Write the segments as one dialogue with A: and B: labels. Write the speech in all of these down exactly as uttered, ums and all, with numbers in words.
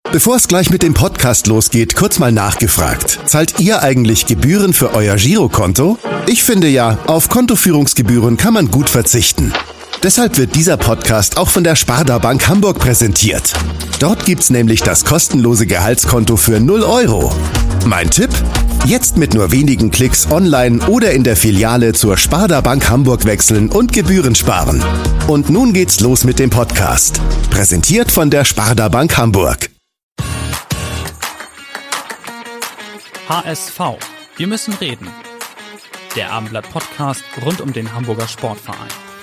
A: Bevor es gleich mit dem Podcast losgeht, kurz mal nachgefragt. Zahlt ihr eigentlich Gebühren für euer Girokonto? Ich finde ja, auf Kontoführungsgebühren kann man gut verzichten. Deshalb wird dieser Podcast auch von der Sparda Bank Hamburg präsentiert. Dort gibt's nämlich das kostenlose Gehaltskonto für null Euro. Mein Tipp? Jetzt mit nur wenigen Klicks online oder in der Filiale zur Sparda Bank Hamburg wechseln und Gebühren sparen. Und nun geht's los mit dem Podcast. Präsentiert von der Sparda Bank Hamburg.
B: H S V. Wir müssen reden. Der Abendblatt-Podcast rund um den Hamburger Sportverein.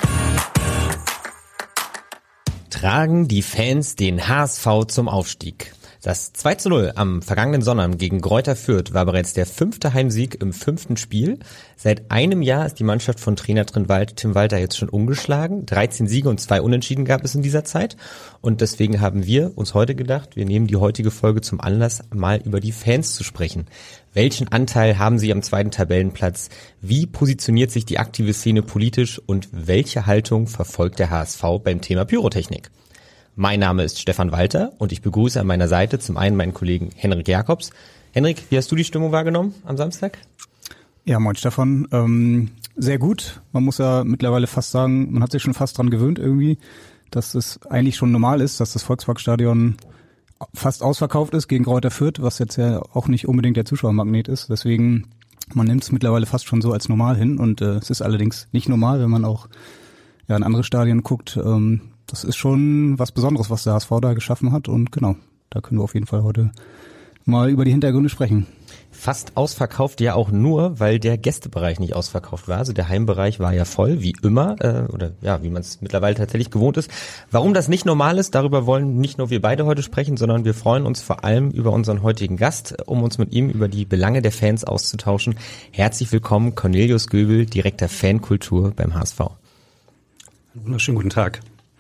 C: Tragen die Fans den H S V zum Aufstieg? Das zwei zu null am vergangenen Sonnabend gegen Greuther Fürth war bereits der fünfte Heimsieg im fünften Spiel. Seit einem Jahr ist die Mannschaft von Trainer Tim Walter jetzt schon ungeschlagen. dreizehn Siege und zwei Unentschieden gab es in dieser Zeit. Und deswegen haben wir uns heute gedacht, wir nehmen die heutige Folge zum Anlass, mal über die Fans zu sprechen. Welchen Anteil haben sie am zweiten Tabellenplatz? Wie positioniert sich die aktive Szene politisch? Und welche Haltung verfolgt der H S V beim Thema Pyrotechnik? Mein Name ist Stefan Walter und ich begrüße an meiner Seite zum einen meinen Kollegen Henrik Jakobs. Henrik, wie hast du die Stimmung wahrgenommen am Samstag?
D: Ja, moin Stefan. Ähm, sehr gut. Man muss ja mittlerweile fast sagen, man hat sich schon fast dran gewöhnt irgendwie, dass es eigentlich schon normal ist, dass das Volksparkstadion fast ausverkauft ist gegen Greuther Fürth, was jetzt ja auch nicht unbedingt der Zuschauermagnet ist. Deswegen, man nimmt es mittlerweile fast schon so als normal hin und äh, es ist allerdings nicht normal, wenn man auch ja in andere Stadien guckt. Ähm, Das ist schon was Besonderes, was der H S V da geschaffen hat und genau, da können wir auf jeden Fall heute mal über die Hintergründe sprechen.
C: Fast ausverkauft ja auch nur, weil der Gästebereich nicht ausverkauft war. Also der Heimbereich war ja voll, wie immer, äh, oder ja, wie man es mittlerweile tatsächlich gewohnt ist. Warum das nicht normal ist, darüber wollen nicht nur wir beide heute sprechen, sondern wir freuen uns vor allem über unseren heutigen Gast, um uns mit ihm über die Belange der Fans auszutauschen. Herzlich willkommen, Cornelius Göbel, Direktor Fankultur beim H S V.
E: Wunderschönen guten Tag.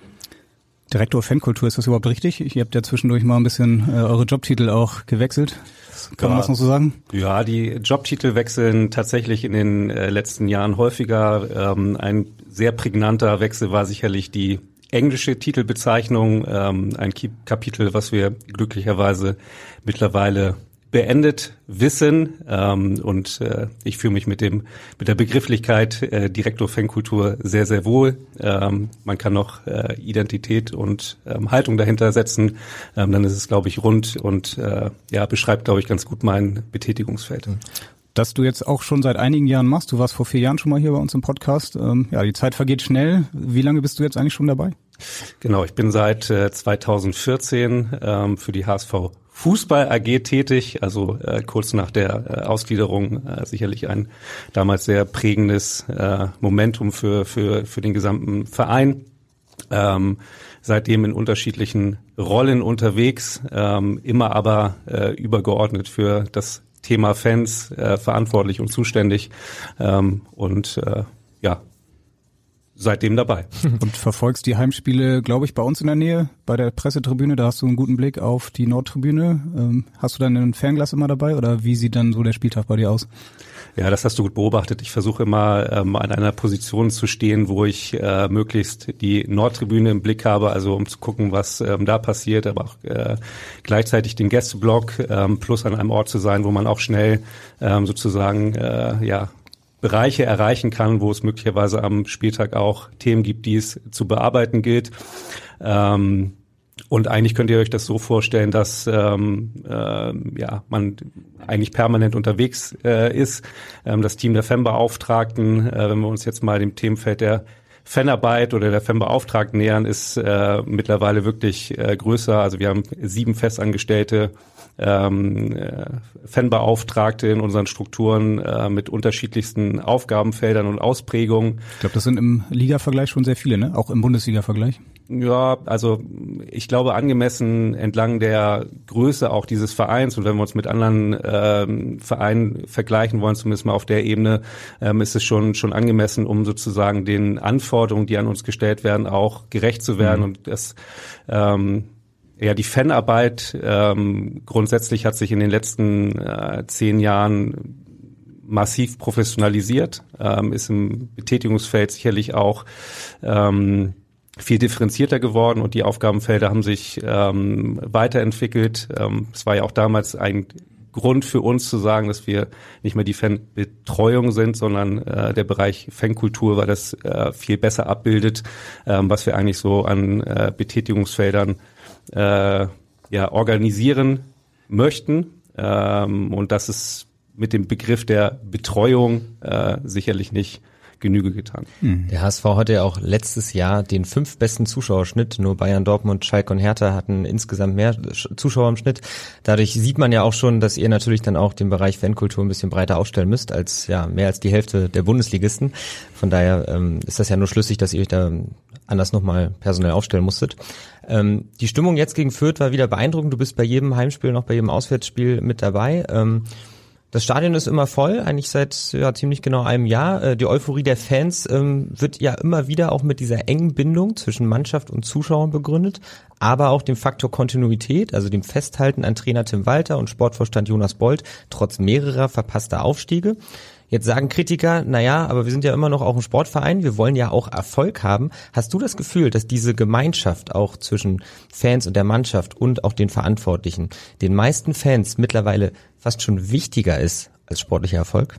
D: Direktor Fankultur, ist das überhaupt richtig? Ihr habt ja zwischendurch mal ein bisschen äh, eure Jobtitel auch gewechselt. Kann man
E: ja,
D: das noch so sagen?
E: Ja, die Jobtitel wechseln tatsächlich in den äh, letzten Jahren häufiger. Ähm, ein sehr prägnanter Wechsel war sicherlich die englische Titelbezeichnung. Ähm, ein Kapitel, was wir glücklicherweise mittlerweile beendet wissen, ähm, und äh, ich fühle mich mit dem mit der Begrifflichkeit äh, Direktor Fankultur sehr, sehr wohl. Ähm, man kann noch äh, Identität und ähm, Haltung dahinter setzen, ähm, dann ist es, glaube ich, rund und äh, ja beschreibt, glaube ich, ganz gut mein Betätigungsfeld.
D: Dass du jetzt auch schon seit einigen Jahren machst, du warst vor vier Jahren schon mal hier bei uns im Podcast. Ähm, ja, die Zeit vergeht schnell. Wie lange bist du jetzt eigentlich schon dabei?
E: Genau, ich bin seit äh, zweitausendvierzehn ähm, für die H S V Fußball A G tätig, also äh, kurz nach der äh, Ausgliederung äh, sicherlich ein damals sehr prägendes äh, Momentum für für für den gesamten Verein. Ähm, seitdem in unterschiedlichen Rollen unterwegs, ähm, immer aber äh, übergeordnet für das Thema Fans äh, verantwortlich und zuständig, ähm, und äh, ja, seitdem dabei.
D: Und verfolgst die Heimspiele, glaube ich, bei uns in der Nähe, bei der Pressetribüne, da hast du einen guten Blick auf die Nordtribüne. Ähm, hast du dann ein Fernglas immer dabei oder wie sieht dann so der Spieltag bei dir aus?
E: Ja, das hast du gut beobachtet. Ich versuche immer ähm, an einer Position zu stehen, wo ich äh, möglichst die Nordtribüne im Blick habe, also um zu gucken, was ähm, da passiert, aber auch äh, gleichzeitig den Gästeblock ähm, plus an einem Ort zu sein, wo man auch schnell ähm, sozusagen äh, ja Bereiche erreichen kann, wo es möglicherweise am Spieltag auch Themen gibt, die es zu bearbeiten gilt. Ähm, und eigentlich könnt ihr euch das so vorstellen, dass ähm, äh, ja man eigentlich permanent unterwegs äh, ist. Ähm, das Team der Fanbeauftragten, äh, wenn wir uns jetzt mal dem Themenfeld der Fanarbeit oder der Fanbeauftragten nähern, ist äh, mittlerweile wirklich äh, größer. Also wir haben sieben Festangestellte ähm, äh, Fanbeauftragte in unseren Strukturen äh, mit unterschiedlichsten Aufgabenfeldern und Ausprägungen.
D: Ich glaube, das sind im Liga-Vergleich schon sehr viele, ne? Auch im Bundesliga-Vergleich.
E: Ja, also ich glaube angemessen entlang der Größe auch dieses Vereins und wenn wir uns mit anderen ähm, Vereinen vergleichen wollen, zumindest mal auf der Ebene, ähm, ist es schon schon angemessen, um sozusagen den Anforderungen, die an uns gestellt werden, auch gerecht zu werden. Mhm. Und das ähm, ja die Fanarbeit ähm, grundsätzlich hat sich in den letzten äh, zehn Jahren massiv professionalisiert, ähm, ist im Betätigungsfeld sicherlich auch ähm, viel differenzierter geworden und die Aufgabenfelder haben sich ähm, weiterentwickelt. Ähm, es war ja auch damals ein Grund für uns zu sagen, dass wir nicht mehr die Fanbetreuung sind, sondern äh, der Bereich Fankultur, weil das äh, viel besser abbildet, ähm, was wir eigentlich so an äh, Betätigungsfeldern äh, ja organisieren möchten. Ähm, und das ist mit dem Begriff der Betreuung äh, sicherlich nicht Genüge getan.
C: Der H S V hatte ja auch letztes Jahr den fünf besten Zuschauerschnitt. Nur Bayern, Dortmund, Schalke und Hertha hatten insgesamt mehr Zuschauer im Schnitt. Dadurch sieht man ja auch schon, dass ihr natürlich dann auch den Bereich Fankultur ein bisschen breiter aufstellen müsst, als ja mehr als die Hälfte der Bundesligisten. Von daher ähm, ist das ja nur schlüssig, dass ihr euch da anders nochmal personell aufstellen musstet. Ähm, die Stimmung jetzt gegen Fürth war wieder beeindruckend. Du bist bei jedem Heimspiel, noch bei jedem Auswärtsspiel mit dabei. Ähm, Das Stadion ist immer voll, eigentlich seit ja ziemlich genau einem Jahr. Äh, die Euphorie der Fans ähm, wird ja immer wieder auch mit dieser engen Bindung zwischen Mannschaft und Zuschauern begründet, aber auch dem Faktor Kontinuität, also dem Festhalten an Trainer Tim Walter und Sportvorstand Jonas Bold, trotz mehrerer verpasster Aufstiege. Jetzt sagen Kritiker, naja, aber wir sind ja immer noch auch ein Sportverein, wir wollen ja auch Erfolg haben. Hast du das Gefühl, dass diese Gemeinschaft auch zwischen Fans und der Mannschaft und auch den Verantwortlichen den meisten Fans mittlerweile fast schon wichtiger ist als sportlicher Erfolg?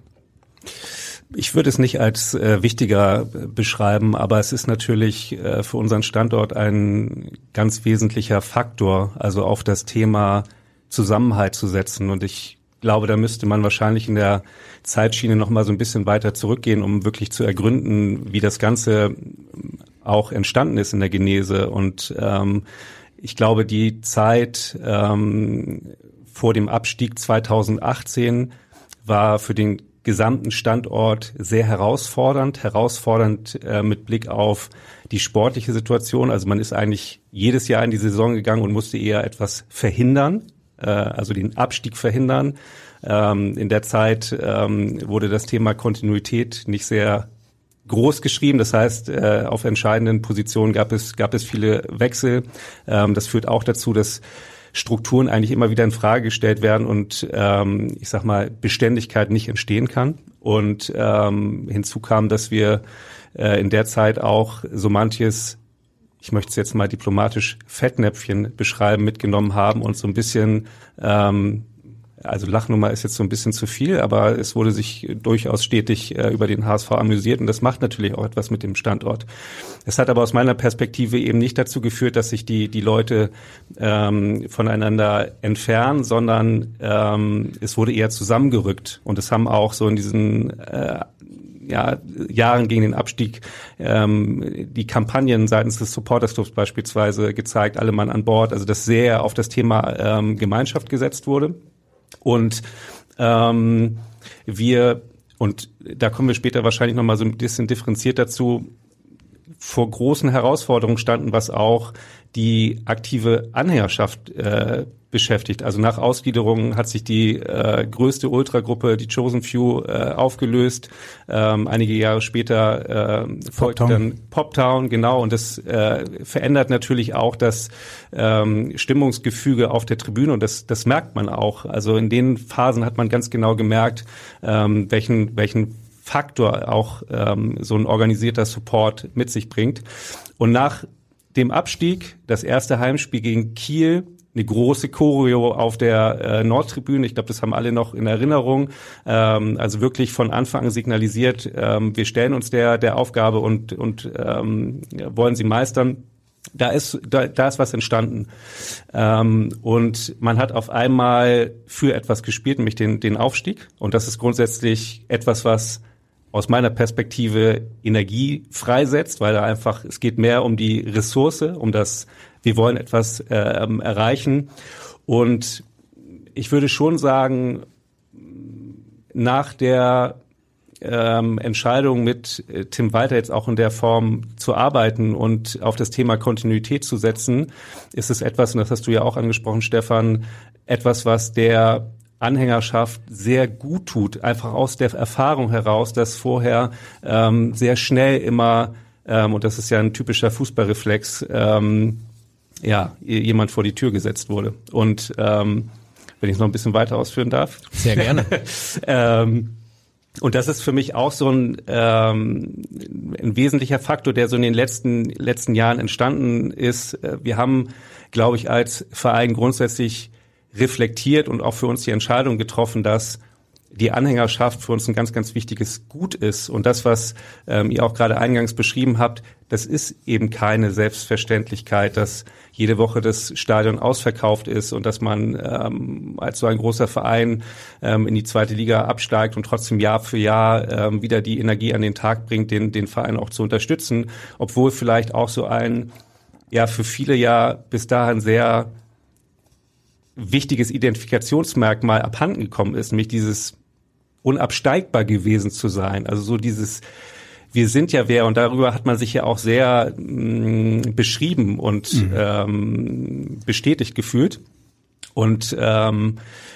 E: Ich würde es nicht als äh, wichtiger beschreiben, aber es ist natürlich äh, für unseren Standort ein ganz wesentlicher Faktor, also auf das Thema Zusammenhalt zu setzen. Und ich Ich glaube, da müsste man wahrscheinlich in der Zeitschiene noch mal so ein bisschen weiter zurückgehen, um wirklich zu ergründen, wie das Ganze auch entstanden ist in der Genese. Und ähm, ich glaube, die Zeit ähm, vor dem Abstieg zweitausendachtzehn war für den gesamten Standort sehr herausfordernd, herausfordernd äh, mit Blick auf die sportliche Situation. Also man ist eigentlich jedes Jahr in die Saison gegangen und musste eher etwas verhindern, also den Abstieg verhindern. Ähm, in der Zeit ähm, wurde das Thema Kontinuität nicht sehr groß geschrieben. Das heißt, äh, auf entscheidenden Positionen gab es gab es viele Wechsel. Ähm, das führt auch dazu, dass Strukturen eigentlich immer wieder in Frage gestellt werden und ähm, ich sag mal Beständigkeit nicht entstehen kann. Und ähm, hinzu kam, dass wir äh, in der Zeit auch so manches, ich möchte es jetzt mal diplomatisch Fettnäpfchen beschreiben, mitgenommen haben und so ein bisschen, ähm, also Lachnummer ist jetzt so ein bisschen zu viel, aber es wurde sich durchaus stetig äh, über den H S V amüsiert und das macht natürlich auch etwas mit dem Standort. Es hat aber aus meiner Perspektive eben nicht dazu geführt, dass sich die die Leute ähm, voneinander entfernen, sondern ähm, es wurde eher zusammengerückt und es haben auch so in diesen äh, ja, Jahren gegen den Abstieg ähm, die Kampagnen seitens des Supportersclubs beispielsweise gezeigt, alle Mann an Bord, also dass sehr auf das Thema ähm, Gemeinschaft gesetzt wurde. Und ähm, wir, und da kommen wir später wahrscheinlich nochmal so ein bisschen differenziert dazu, vor großen Herausforderungen standen, was auch die aktive Anhängerschaft äh, beschäftigt. Also nach Ausgliederung hat sich die äh, größte Ultragruppe, die Chosen Few, äh, aufgelöst. Ähm, einige Jahre später äh, folgte dann Poptown, genau. Und das äh, verändert natürlich auch das ähm, Stimmungsgefüge auf der Tribüne. Und das, das merkt man auch. Also in den Phasen hat man ganz genau gemerkt, ähm, welchen, welchen Faktor auch ähm, so ein organisierter Support mit sich bringt. Und nach dem Abstieg, das erste Heimspiel gegen Kiel, eine große Choreo auf der äh, Nordtribüne. Ich glaube, das haben alle noch in Erinnerung. Ähm, also wirklich von Anfang an signalisiert, ähm, wir stellen uns der der Aufgabe und und ähm, wollen sie meistern. Da ist da, da ist was entstanden. Ähm, und man hat auf einmal für etwas gespielt, nämlich den den Aufstieg. Und das ist grundsätzlich etwas, was aus meiner Perspektive Energie freisetzt, weil da einfach, es geht mehr um die Ressource, um das, wir wollen etwas äh, erreichen. Und ich würde schon sagen, nach der ähm, Entscheidung mit äh, Tim Walter jetzt auch in der Form zu arbeiten und auf das Thema Kontinuität zu setzen, ist es etwas, und das hast du ja auch angesprochen, Stefan, etwas, was der Anhängerschaft sehr gut tut, einfach aus der Erfahrung heraus, dass vorher ähm, sehr schnell immer, ähm, und das ist ja ein typischer Fußballreflex, ähm, ja, jemand vor die Tür gesetzt wurde. Und ähm, wenn ich es noch ein bisschen weiter ausführen darf.
C: Sehr gerne.
E: ähm, Und das ist für mich auch so ein, ähm, ein wesentlicher Faktor, der so in den letzten letzten Jahren entstanden ist. Wir haben, glaube ich, als Verein grundsätzlich reflektiert und auch für uns die Entscheidung getroffen, dass die Anhängerschaft für uns ein ganz, ganz wichtiges Gut ist. Und das, was ähm, ihr auch gerade eingangs beschrieben habt, das ist eben keine Selbstverständlichkeit, dass jede Woche das Stadion ausverkauft ist und dass man ähm, als so ein großer Verein ähm, in die zweite Liga absteigt und trotzdem Jahr für Jahr ähm, wieder die Energie an den Tag bringt, den, den Verein auch zu unterstützen, obwohl vielleicht auch so ein, ja, für viele ja bis dahin sehr wichtiges Identifikationsmerkmal abhanden gekommen ist, nämlich dieses unabsteigbar gewesen zu sein. Also so dieses, wir sind ja wer, und darüber hat man sich ja auch sehr mh, beschrieben und mhm. ähm, bestätigt gefühlt. Und ähm,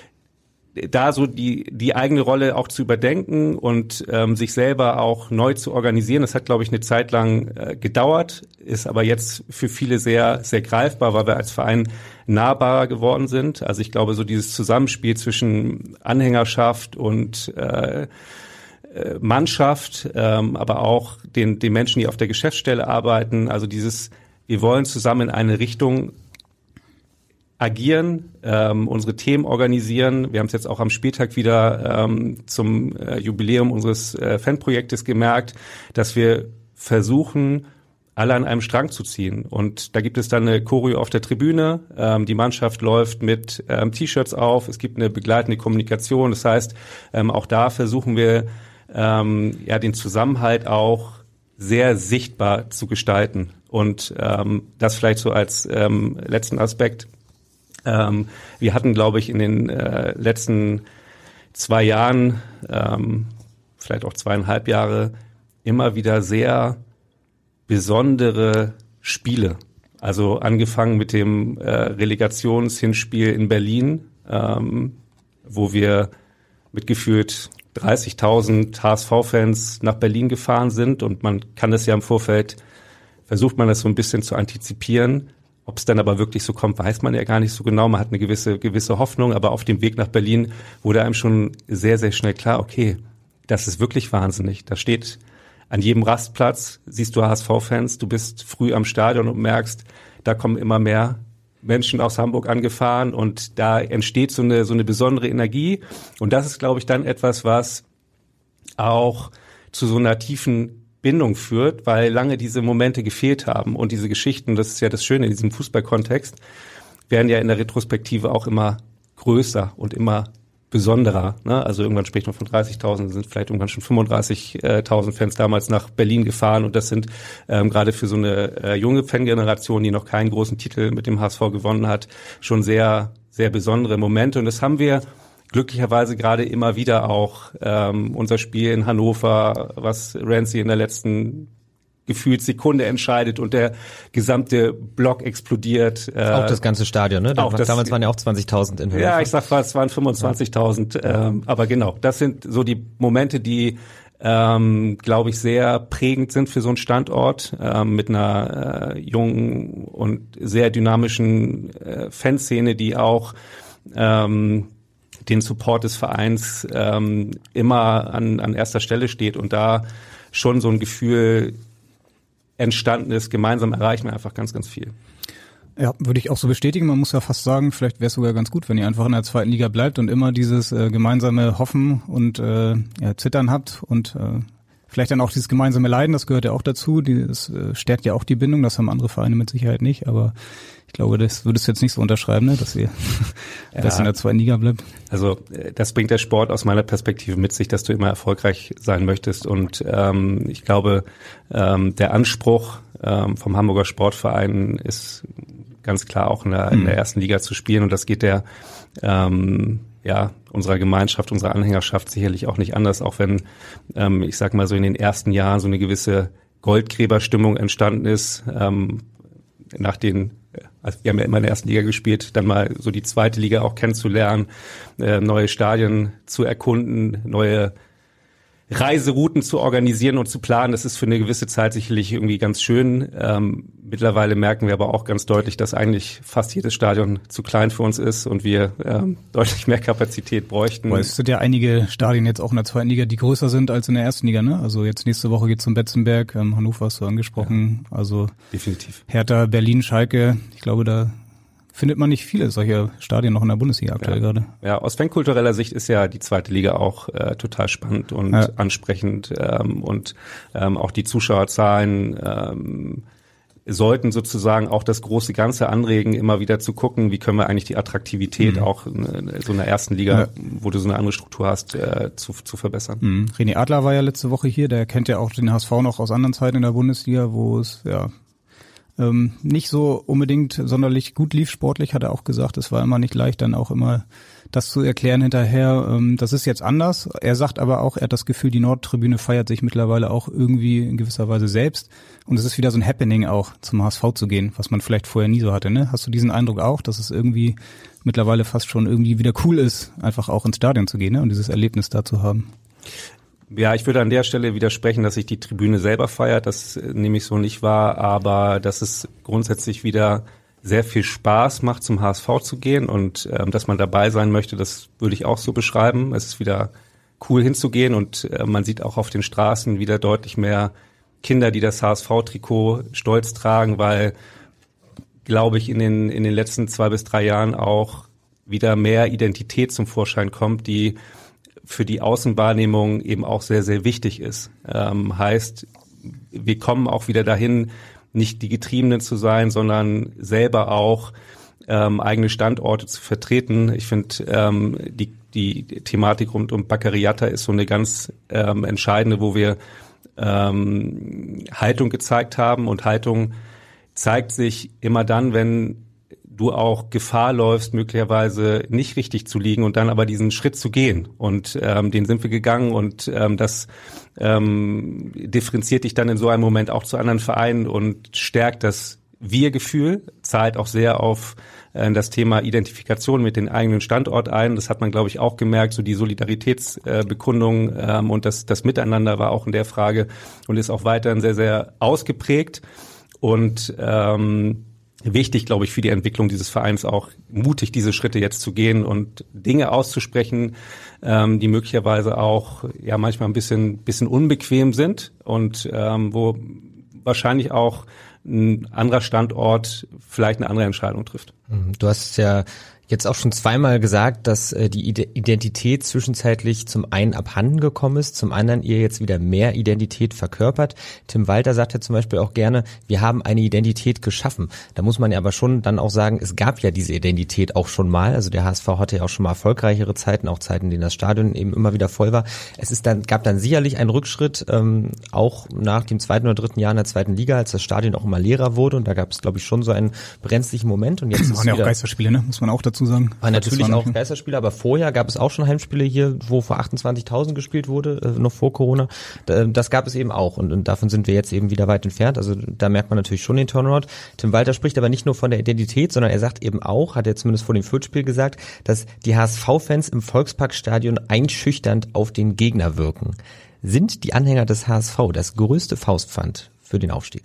E: da so die die eigene Rolle auch zu überdenken und ähm, sich selber auch neu zu organisieren, das hat, glaube ich, eine Zeit lang äh, gedauert, ist aber jetzt für viele sehr sehr greifbar, weil wir als Verein nahbarer geworden sind. Also ich glaube, so dieses Zusammenspiel zwischen Anhängerschaft und äh, Mannschaft, ähm, aber auch den den Menschen, die auf der Geschäftsstelle arbeiten, also dieses, wir wollen zusammen in eine Richtung agieren, ähm, unsere Themen organisieren. Wir haben es jetzt auch am Spieltag wieder ähm, zum äh, Jubiläum unseres äh, Fanprojektes gemerkt, dass wir versuchen, alle an einem Strang zu ziehen. Und da gibt es dann eine Choreo auf der Tribüne. Ähm, die Mannschaft läuft mit ähm, T-Shirts auf. Es gibt eine begleitende Kommunikation. Das heißt, ähm, auch da versuchen wir, ähm, ja, den Zusammenhalt auch sehr sichtbar zu gestalten. Und ähm, das vielleicht so als ähm, letzten Aspekt. Ähm, wir hatten, glaube ich, in den äh, letzten zwei Jahren, ähm, vielleicht auch zweieinhalb Jahre, immer wieder sehr besondere Spiele. Also angefangen mit dem äh, Relegationshinspiel in Berlin, ähm, wo wir mit gefühlt dreißigtausend H S V-Fans nach Berlin gefahren sind, und man kann das ja im Vorfeld, versucht man das so ein bisschen zu antizipieren. Ob es dann aber wirklich so kommt, weiß man ja gar nicht so genau. Man hat eine gewisse gewisse Hoffnung, aber auf dem Weg nach Berlin wurde einem schon sehr, sehr schnell klar, okay, das ist wirklich wahnsinnig. Da steht an jedem Rastplatz, siehst du H S V-Fans, du bist früh am Stadion und merkst, da kommen immer mehr Menschen aus Hamburg angefahren, und da entsteht so eine so eine besondere Energie. Und das ist, glaube ich, dann etwas, was auch zu so einer tiefen Bindung führt, weil lange diese Momente gefehlt haben, und diese Geschichten, das ist ja das Schöne in diesem Fußballkontext, werden ja in der Retrospektive auch immer größer und immer besonderer. Ne? Also irgendwann spricht man von dreißigtausend, sind vielleicht irgendwann schon fünfunddreißigtausend Fans damals nach Berlin gefahren, und das sind ähm, gerade für so eine äh, junge Fangeneration, die noch keinen großen Titel mit dem H S V gewonnen hat, schon sehr, sehr besondere Momente, und das haben wir glücklicherweise gerade immer wieder auch. Ähm, unser Spiel in Hannover, was Ramsey in der letzten gefühlt Sekunde entscheidet und der gesamte Block explodiert. Äh,
C: auch das ganze Stadion, ne?
E: Auch das,
C: damals waren ja auch zwanzigtausend in Hannover.
E: Ja, ich sag mal, es waren fünfundzwanzigtausend. Ja. Ähm, aber genau, das sind so die Momente, die, ähm, glaube ich, sehr prägend sind für so einen Standort, ähm, mit einer äh, jungen und sehr dynamischen äh, Fanszene, die auch ähm, den Support des Vereins ähm, immer an, an erster Stelle steht, und da schon so ein Gefühl entstanden ist, gemeinsam erreichen wir einfach ganz, ganz viel.
D: Ja, würde ich auch so bestätigen. Man muss ja fast sagen, vielleicht wäre es sogar ganz gut, wenn ihr einfach in der zweiten Liga bleibt und immer dieses äh, gemeinsame Hoffen und äh, ja, Zittern habt und äh, vielleicht dann auch dieses gemeinsame Leiden, das gehört ja auch dazu. Das äh, stärkt ja auch die Bindung, das haben andere Vereine mit Sicherheit nicht, aber ich glaube, das würdest du jetzt nicht so unterschreiben, ne, dass ihr ja, dass in der zweiten Liga bleibt.
E: Also das bringt der Sport aus meiner Perspektive mit sich, dass du immer erfolgreich sein möchtest, und ähm, ich glaube, ähm, der Anspruch ähm, vom Hamburger Sportverein ist ganz klar auch in der, in der ersten Liga zu spielen, und das geht der ähm, ja unserer Gemeinschaft, unserer Anhängerschaft sicherlich auch nicht anders, auch wenn ähm, ich sag mal so in den ersten Jahren so eine gewisse Goldgräberstimmung entstanden ist, ähm, nach den, also wir haben ja immer in der ersten Liga gespielt, dann mal so die zweite Liga auch kennenzulernen, äh, neue Stadien zu erkunden, neue Reiserouten zu organisieren und zu planen. Das ist für eine gewisse Zeit sicherlich irgendwie ganz schön. Ähm, mittlerweile merken wir aber auch ganz deutlich, dass eigentlich fast jedes Stadion zu klein für uns ist und wir ähm, deutlich mehr Kapazität bräuchten.
D: Aber es sind ja einige Stadien jetzt auch in der zweiten Liga, die größer sind als in der ersten Liga, ne? Also jetzt nächste Woche geht's zum Betzenberg, ähm, Hannover hast du angesprochen. Ja, also
E: definitiv.
D: Hertha, Berlin, Schalke, ich glaube, da findet man nicht viele solcher Stadien noch in der Bundesliga aktuell
E: ja.
D: gerade.
E: Ja, aus fankultureller Sicht ist ja die zweite Liga auch äh, total spannend und ja. ansprechend ähm, und ähm, auch die Zuschauerzahlen ähm, sollten sozusagen auch das große Ganze anregen, immer wieder zu gucken, wie können wir eigentlich die Attraktivität mhm. auch in so einer ersten Liga, ja. wo du so eine andere Struktur hast, äh, zu, zu verbessern.
D: Mhm. René Adler war ja letzte Woche hier, der kennt ja auch den H S V noch aus anderen Zeiten in der Bundesliga, wo es ja Ähm, nicht so unbedingt sonderlich gut lief sportlich, hat er auch gesagt. Es war immer nicht leicht, dann auch immer das zu erklären hinterher. Ähm, das ist jetzt anders. Er sagt aber auch, er hat das Gefühl, die Nordtribüne feiert sich mittlerweile auch irgendwie in gewisser Weise selbst. Und es ist wieder so ein Happening auch, zum H S V zu gehen, was man vielleicht vorher nie so hatte. Ne? Hast du diesen Eindruck auch, dass es irgendwie mittlerweile fast schon irgendwie wieder cool ist, einfach auch ins Stadion zu gehen, ne? Und dieses Erlebnis da zu haben?
E: Ja, ich würde an der Stelle widersprechen, dass sich die Tribüne selber feiert. Das nehme ich so nicht wahr, aber dass es grundsätzlich wieder sehr viel Spaß macht, zum H S V zu gehen und ähm, dass man dabei sein möchte, das würde ich auch so beschreiben. Es ist wieder cool hinzugehen und äh, man sieht auch auf den Straßen wieder deutlich mehr Kinder, die das H S V-Trikot stolz tragen, weil, glaube ich, in den in den letzten zwei bis drei Jahren auch wieder mehr Identität zum Vorschein kommt, die für die Außenwahrnehmung eben auch sehr, sehr wichtig ist. Ähm, heißt, wir kommen auch wieder dahin, nicht die Getriebenen zu sein, sondern selber auch ähm, eigene Standorte zu vertreten. Ich finde, ähm, die, die Thematik rund um Baccariata ist so eine ganz ähm, entscheidende, wo wir ähm, Haltung gezeigt haben. Und Haltung zeigt sich immer dann, wenn du auch Gefahr läufst, möglicherweise nicht richtig zu liegen und dann aber diesen Schritt zu gehen. Und ähm, den sind wir gegangen und ähm, das ähm, differenziert dich dann in so einem Moment auch zu anderen Vereinen und stärkt das Wir-Gefühl, zahlt auch sehr auf äh, das Thema Identifikation mit dem eigenen Standort ein. Das hat man, glaube ich, auch gemerkt, so die Solidaritätsbekundung äh, ähm, und das, das Miteinander war auch in der Frage und ist auch weiterhin sehr, sehr ausgeprägt. Und ähm, wichtig, glaube ich, für die Entwicklung dieses Vereins auch mutig diese Schritte jetzt zu gehen und Dinge auszusprechen, ähm, die möglicherweise auch ja manchmal ein bisschen bisschen unbequem sind und ähm, wo wahrscheinlich auch ein anderer Standort vielleicht eine andere Entscheidung trifft.
C: Du hast ja jetzt auch schon zweimal gesagt, dass äh, die Identität zwischenzeitlich zum einen abhanden gekommen ist, zum anderen ihr jetzt wieder mehr Identität verkörpert. Tim Walter sagt ja zum Beispiel auch gerne, wir haben eine Identität geschaffen. Da muss man ja aber schon dann auch sagen, es gab ja diese Identität auch schon mal. Also der H S V hatte ja auch schon mal erfolgreichere Zeiten, auch Zeiten, in denen das Stadion eben immer wieder voll war. Es ist dann gab dann sicherlich einen Rückschritt, ähm, auch nach dem zweiten oder dritten Jahr in der zweiten Liga, als das Stadion auch immer leerer wurde. Und da gab es, glaube ich, schon so einen brenzlichen Moment. Und jetzt
D: das waren ja auch Geisterspiele, ne? Muss man auch dazu sagen.
C: War natürlich auch Geisterspiele, aber vorher gab es auch schon Heimspiele hier, wo vor achtundzwanzigtausend gespielt wurde, äh, noch vor Corona. Das gab es eben auch und, und davon sind wir jetzt eben wieder weit entfernt. Also da merkt man natürlich schon den Turnaround. Tim Walter spricht aber nicht nur von der Identität, sondern er sagt eben auch, hat er zumindest vor dem Fürth-Spiel gesagt, dass die H S V-Fans im Volksparkstadion einschüchternd auf den Gegner wirken. Sind die Anhänger des H S V das größte Faustpfand für den Aufstieg?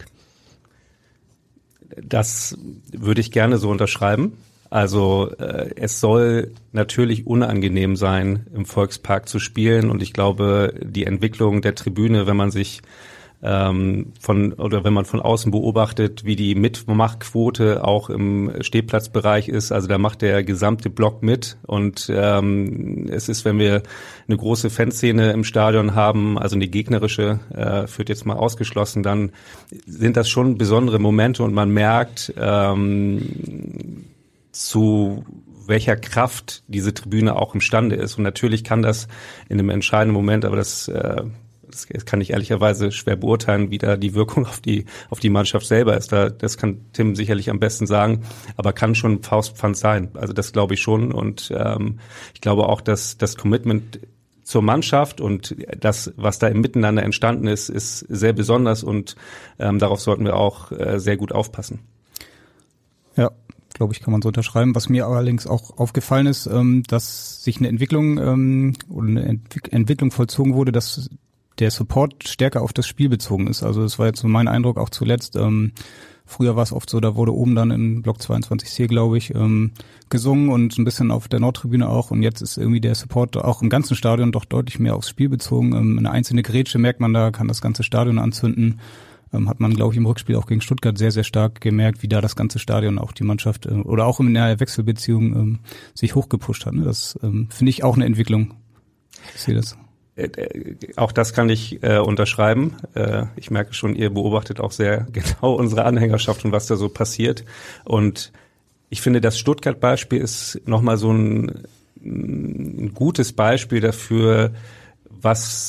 E: Das würde ich gerne so unterschreiben. Also äh, es soll natürlich unangenehm sein, im Volkspark zu spielen und ich glaube, die Entwicklung der Tribüne, wenn man sich ähm, von oder wenn man von außen beobachtet, wie die Mitmachquote auch im Stehplatzbereich ist, also da macht der gesamte Block mit und ähm, es ist, wenn wir eine große Fanszene im Stadion haben, also eine gegnerische, äh, wird jetzt mal ausgeschlossen, dann sind das schon besondere Momente und man merkt, ähm, zu welcher Kraft diese Tribüne auch imstande ist. Und natürlich kann das in einem entscheidenden Moment, aber das, äh, das kann ich ehrlicherweise schwer beurteilen, wie da die Wirkung auf die auf die Mannschaft selber ist. Da, das kann Tim sicherlich am besten sagen, aber kann schon ein Faustpfand sein. Also das glaube ich schon. Und ähm, ich glaube auch, dass das Commitment zur Mannschaft und das, was da im Miteinander entstanden ist, ist sehr besonders und ähm, darauf sollten wir auch äh, sehr gut aufpassen.
D: Ja. Glaube ich, kann man so unterschreiben. Was mir allerdings auch aufgefallen ist, ähm, dass sich eine Entwicklung ähm, oder eine Entwick- Entwicklung vollzogen wurde, dass der Support stärker auf das Spiel bezogen ist. Also das war jetzt so mein Eindruck auch zuletzt. Ähm, früher war es oft so, da wurde oben dann im Block zweiundzwanzig C, glaube ich, ähm, gesungen und ein bisschen auf der Nordtribüne auch. Und jetzt ist irgendwie der Support auch im ganzen Stadion doch deutlich mehr aufs Spiel bezogen. Ähm, eine einzelne Grätsche merkt man da, kann das ganze Stadion anzünden. Ähm, hat man, glaube ich, im Rückspiel auch gegen Stuttgart sehr, sehr stark gemerkt, wie da das ganze Stadion, auch die Mannschaft äh, oder auch in der Wechselbeziehung ähm, sich hochgepusht hat. Ne? Das ähm, finde ich auch eine Entwicklung. Ich sehe das.
E: Äh, äh, auch das kann ich äh, unterschreiben. Äh, ich merke schon, ihr beobachtet auch sehr genau unsere Anhängerschaft und was da so passiert. Und ich finde, das Stuttgart-Beispiel ist nochmal so ein, ein gutes Beispiel dafür, was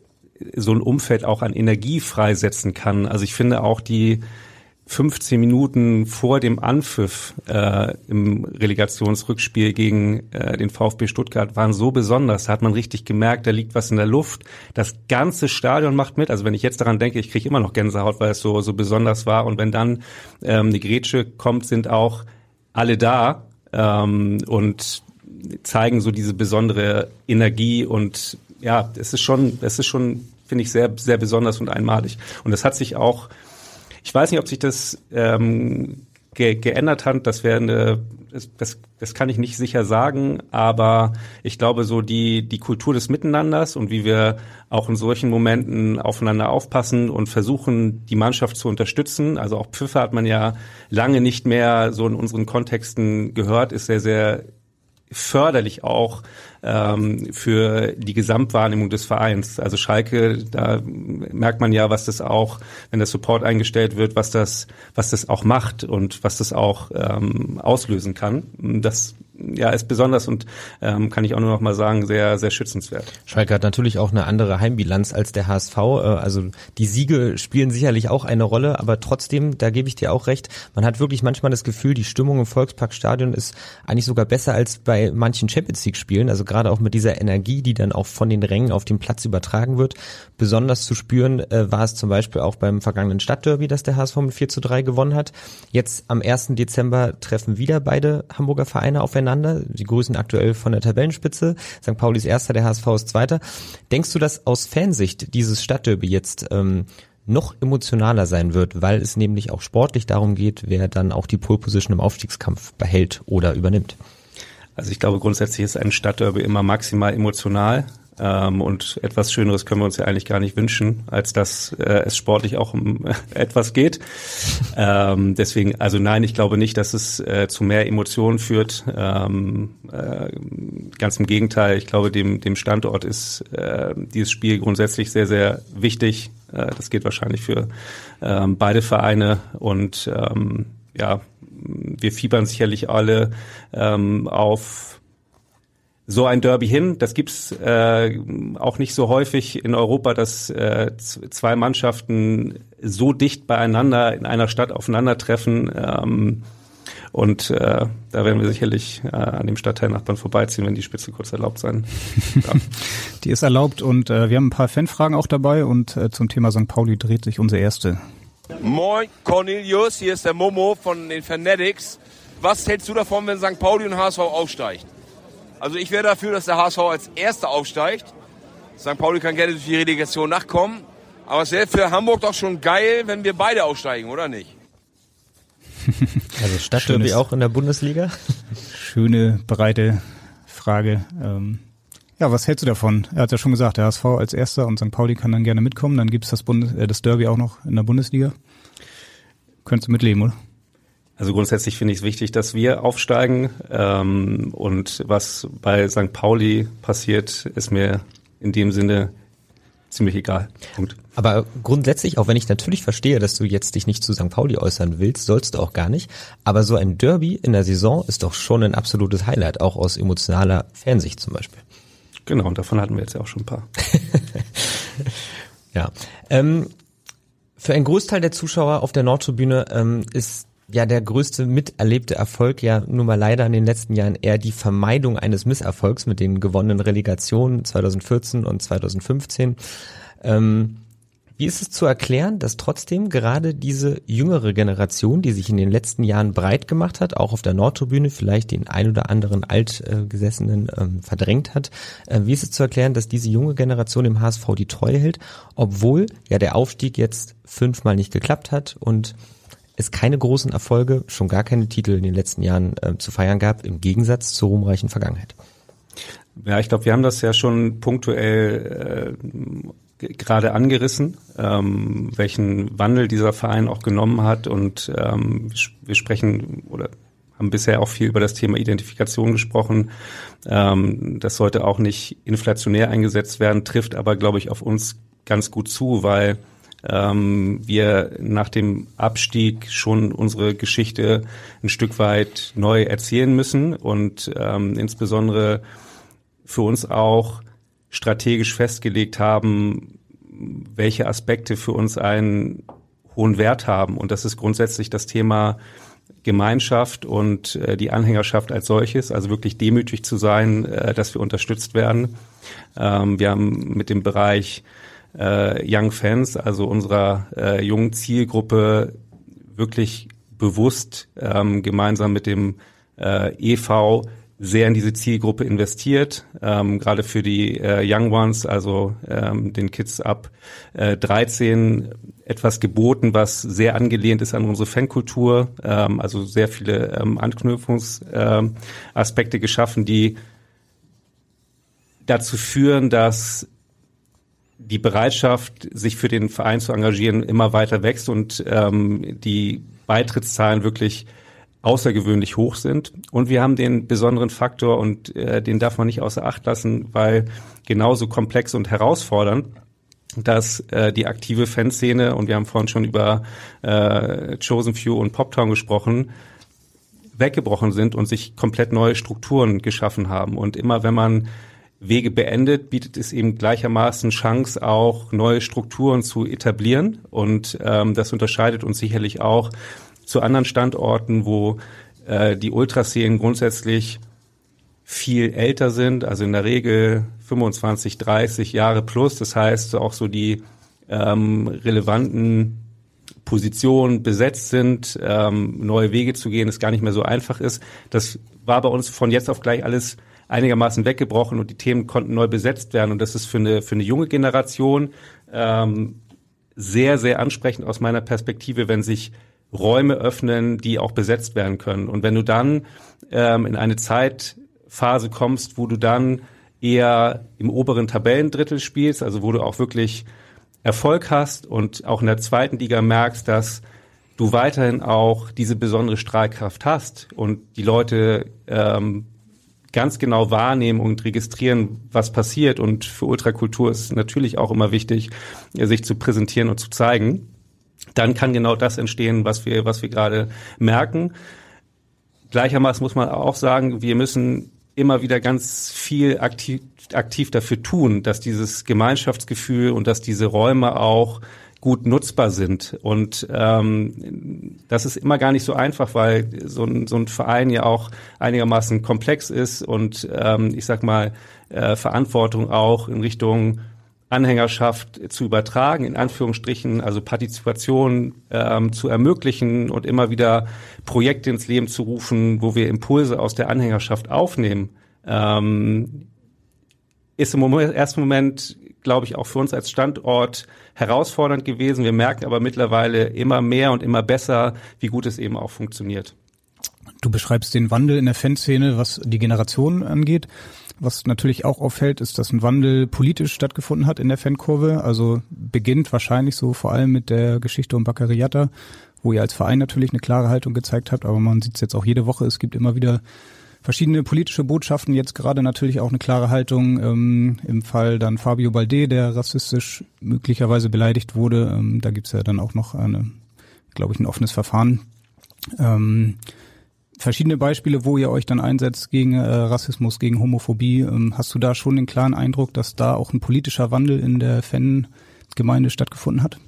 E: so ein Umfeld auch an Energie freisetzen kann. Also ich finde auch die fünfzehn Minuten vor dem Anpfiff äh, im Relegationsrückspiel gegen äh, den VfB Stuttgart waren so besonders. Da hat man richtig gemerkt, da liegt was in der Luft. Das ganze Stadion macht mit. Also wenn ich jetzt daran denke, ich kriege immer noch Gänsehaut, weil es so so besonders war. Und wenn dann ähm, die Grätsche kommt, sind auch alle da ähm, und zeigen so diese besondere Energie und ja, es ist schon, es ist schon, finde ich, sehr, sehr besonders und einmalig. Und das hat sich auch, ich weiß nicht, ob sich das ähm, ge- geändert hat. Das wäre eine, das, das, das kann ich nicht sicher sagen. Aber ich glaube, so die die Kultur des Miteinanders und wie wir auch in solchen Momenten aufeinander aufpassen und versuchen, die Mannschaft zu unterstützen. Also auch Pfiffe hat man ja lange nicht mehr so in unseren Kontexten gehört, ist sehr, sehr förderlich auch ähm, für die Gesamtwahrnehmung des Vereins. Also Schalke, da merkt man ja, was das auch, wenn der Support eingestellt wird, was das, was das auch macht und was das auch ähm, auslösen kann. Das ja ist besonders und ähm, kann ich auch nur noch mal sagen, sehr, sehr schützenswert.
C: Schalke hat natürlich auch eine andere Heimbilanz als der H S V. Also die Siege spielen sicherlich auch eine Rolle, aber trotzdem, da gebe ich dir auch recht, man hat wirklich manchmal das Gefühl, die Stimmung im Volksparkstadion ist eigentlich sogar besser als bei manchen Champions-League-Spielen. Also gerade auch mit dieser Energie, die dann auch von den Rängen auf den Platz übertragen wird. Besonders zu spüren äh, war es zum Beispiel auch beim vergangenen Stadtderby, das der H S V mit vier zu drei gewonnen hat. Jetzt am ersten Dezember treffen wieder beide Hamburger Vereine aufeinander. Sie grüßen aktuell von der Tabellenspitze. Sankt Pauli ist Erster, der H S V ist Zweiter. Denkst du, dass aus Fansicht dieses Stadtderby jetzt ähm, noch emotionaler sein wird, weil es nämlich auch sportlich darum geht, wer dann auch die Pole Position im Aufstiegskampf behält oder übernimmt?
E: Also ich glaube, grundsätzlich ist ein Stadtderby immer maximal emotional. Ähm, und etwas Schöneres können wir uns ja eigentlich gar nicht wünschen, als dass äh, es sportlich auch um äh, etwas geht. Ähm, deswegen, also nein, ich glaube nicht, dass es äh, zu mehr Emotionen führt. Ähm, äh, ganz im Gegenteil, ich glaube, dem, dem Standort ist äh, dieses Spiel grundsätzlich sehr, sehr wichtig. Äh, das geht wahrscheinlich für ähm, beide Vereine und ähm, ja, wir fiebern sicherlich alle ähm, auf so ein Derby hin. Das gibt's äh, auch nicht so häufig in Europa, dass äh, z- zwei Mannschaften so dicht beieinander in einer Stadt aufeinandertreffen. Ähm, und äh, da werden wir sicherlich äh, an dem Stadtteilnachbarn vorbeiziehen, wenn die Spitze kurz erlaubt sein. Ja.
D: Die ist erlaubt und äh, wir haben ein paar Fanfragen auch dabei und äh, zum Thema Sankt Pauli dreht sich unsere erste.
F: Moin Cornelius, hier ist der Momo von den Fanatics. Was hältst du davon, wenn Sankt Pauli und H S V aufsteigt? Also ich wäre dafür, dass der H S V als Erster aufsteigt. Sankt Pauli kann gerne durch die Relegation nachkommen. Aber es wäre für Hamburg doch schon geil, wenn wir beide aufsteigen, oder nicht?
C: Also Stadtderby auch in der Bundesliga?
D: Schöne, breite Frage. Ähm, ja, was hältst du davon? Er hat ja schon gesagt, der H S V als Erster und Sankt Pauli kann dann gerne mitkommen. Dann gibt's das, Bundes- äh, das Derby auch noch in der Bundesliga. Könntest du mitleben, oder?
E: Also grundsätzlich finde ich es wichtig, dass wir aufsteigen. Ähm, und was bei Sankt Pauli passiert, ist mir in dem Sinne ziemlich egal. Punkt.
C: Aber grundsätzlich, auch wenn ich natürlich verstehe, dass du jetzt dich nicht zu Sankt Pauli äußern willst, sollst du auch gar nicht. Aber so ein Derby in der Saison ist doch schon ein absolutes Highlight, auch aus emotionaler Fansicht zum Beispiel.
E: Genau, und davon hatten wir jetzt ja auch schon ein paar.
C: Ja. Ähm, für einen Großteil der Zuschauer auf der Nordtribüne ähm, ist ja der größte miterlebte Erfolg ja nun mal leider in den letzten Jahren eher die Vermeidung eines Misserfolgs mit den gewonnenen Relegationen zwanzig vierzehn und zwanzig fünfzehn. Ähm, Wie ist es zu erklären, dass trotzdem gerade diese jüngere Generation, die sich in den letzten Jahren breit gemacht hat, auch auf der Nordtribüne vielleicht den ein oder anderen Altgesessenen ähm, verdrängt hat, äh, wie ist es zu erklären, dass diese junge Generation dem H S V die Treue hält, obwohl ja der Aufstieg jetzt fünfmal nicht geklappt hat und es keine großen Erfolge, schon gar keine Titel in den letzten Jahren äh, zu feiern gab, im Gegensatz zur ruhmreichen Vergangenheit?
E: Ja, ich glaube, wir haben das ja schon punktuell äh, gerade angerissen, ähm, welchen Wandel dieser Verein auch genommen hat, und ähm, wir sprechen oder haben bisher auch viel über das Thema Identifikation gesprochen. Ähm, das sollte auch nicht inflationär eingesetzt werden, trifft aber, glaube ich, auf uns ganz gut zu, weil ähm, wir nach dem Abstieg schon unsere Geschichte ein Stück weit neu erzählen müssen und ähm, insbesondere für uns auch strategisch festgelegt haben, welche Aspekte für uns einen hohen Wert haben. Und das ist grundsätzlich das Thema Gemeinschaft und äh, die Anhängerschaft als solches, also wirklich demütig zu sein, äh, dass wir unterstützt werden. Ähm, wir haben mit dem Bereich äh, Young Fans, also unserer äh, jungen Zielgruppe, wirklich bewusst ähm, gemeinsam mit dem äh, E V sehr in diese Zielgruppe investiert, ähm, gerade für die äh, Young Ones, also ähm, den Kids ab äh, dreizehn, etwas geboten, was sehr angelehnt ist an unsere Fankultur, ähm, also sehr viele ähm, Anknüpfungsaspekte ähm, geschaffen, die dazu führen, dass die Bereitschaft, sich für den Verein zu engagieren, immer weiter wächst und ähm, die Beitrittszahlen wirklich außergewöhnlich hoch sind. Und wir haben den besonderen Faktor, und äh, den darf man nicht außer Acht lassen, weil genauso komplex und herausfordernd, dass äh, die aktive Fanszene, und wir haben vorhin schon über äh, Chosen Few und Poptown gesprochen, weggebrochen sind und sich komplett neue Strukturen geschaffen haben. Und immer wenn man Wege beendet, bietet es eben gleichermaßen Chance, auch neue Strukturen zu etablieren. Und ähm, das unterscheidet uns sicherlich auch zu anderen Standorten, wo äh, die Ultraszenen grundsätzlich viel älter sind, also in der Regel fünfundzwanzig, dreißig Jahre plus. Das heißt, auch so die ähm, relevanten Positionen besetzt sind, ähm, neue Wege zu gehen, es gar nicht mehr so einfach ist. Das war bei uns von jetzt auf gleich alles einigermaßen weggebrochen und die Themen konnten neu besetzt werden. Und das ist für eine für eine junge Generation ähm, sehr, sehr ansprechend aus meiner Perspektive, wenn sich Räume öffnen, die auch besetzt werden können. Und wenn du dann ähm, in eine Zeitphase kommst, wo du dann eher im oberen Tabellendrittel spielst, also wo du auch wirklich Erfolg hast und auch in der zweiten Liga merkst, dass du weiterhin auch diese besondere Strahlkraft hast und die Leute ähm, ganz genau wahrnehmen und registrieren, was passiert. Und für Ultrakultur ist es natürlich auch immer wichtig, sich zu präsentieren und zu zeigen. Dann kann genau das entstehen, was wir, was wir gerade merken. Gleichermaßen muss man auch sagen, wir müssen immer wieder ganz viel aktiv, aktiv dafür tun, dass dieses Gemeinschaftsgefühl und dass diese Räume auch gut nutzbar sind. Und ähm, das ist immer gar nicht so einfach, weil so ein, so ein Verein ja auch einigermaßen komplex ist und ähm, ich sag mal äh, Verantwortung auch in Richtung Anhängerschaft zu übertragen, in Anführungsstrichen, also Partizipation ähm, zu ermöglichen und immer wieder Projekte ins Leben zu rufen, wo wir Impulse aus der Anhängerschaft aufnehmen, ähm, ist im Moment, ersten Moment, glaube ich, auch für uns als Standort herausfordernd gewesen. Wir merken aber mittlerweile immer mehr und immer besser, wie gut es eben auch funktioniert.
D: Du beschreibst den Wandel in der Fanszene, was die Generation angeht. Was natürlich auch auffällt, ist, dass ein Wandel politisch stattgefunden hat in der Fankurve. Also beginnt wahrscheinlich so vor allem mit der Geschichte um Baccariata, wo ihr als Verein natürlich eine klare Haltung gezeigt habt. Aber man sieht es jetzt auch jede Woche. Es gibt immer wieder verschiedene politische Botschaften. Jetzt gerade natürlich auch eine klare Haltung ähm, im Fall dann Fabio Balde, der rassistisch möglicherweise beleidigt wurde. Ähm, da gibt's ja dann auch noch eine, glaube ich, ein offenes Verfahren. Ähm, Verschiedene Beispiele, wo ihr euch dann einsetzt gegen äh, Rassismus, gegen Homophobie. Ähm, hast du da schon den klaren Eindruck, dass da auch ein politischer Wandel in der Fangemeinde stattgefunden hat?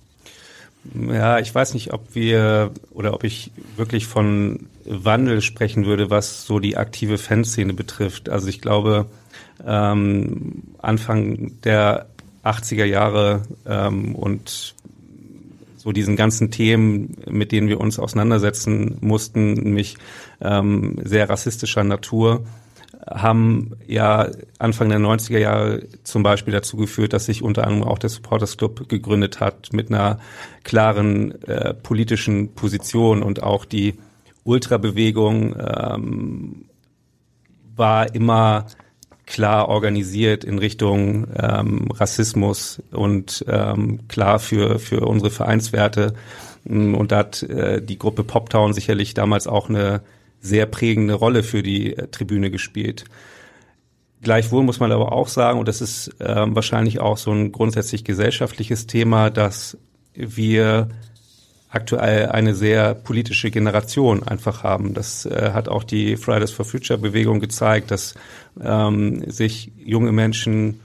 E: Ja, ich weiß nicht, ob wir oder ob ich wirklich von Wandel sprechen würde, was so die aktive Fanszene betrifft. Also ich glaube, ähm, Anfang der achtziger Jahre ähm, und so diesen ganzen Themen, mit denen wir uns auseinandersetzen mussten, nämlich ähm, sehr rassistischer Natur, haben ja Anfang der neunziger Jahre zum Beispiel dazu geführt, dass sich unter anderem auch der Supporters Club gegründet hat mit einer klaren äh, politischen Position, und auch die Ultrabewegung ähm, war immer klar organisiert in Richtung ähm, Rassismus und ähm, klar für für unsere Vereinswerte. Und da hat äh, die Gruppe Poptown sicherlich damals auch eine sehr prägende Rolle für die äh, Tribüne gespielt. Gleichwohl muss man aber auch sagen, und das ist äh, wahrscheinlich auch so ein grundsätzlich gesellschaftliches Thema, dass wir aktuell eine sehr politische Generation einfach haben. Das äh, hat auch die Fridays for Future Bewegung gezeigt, dass ähm, sich junge Menschen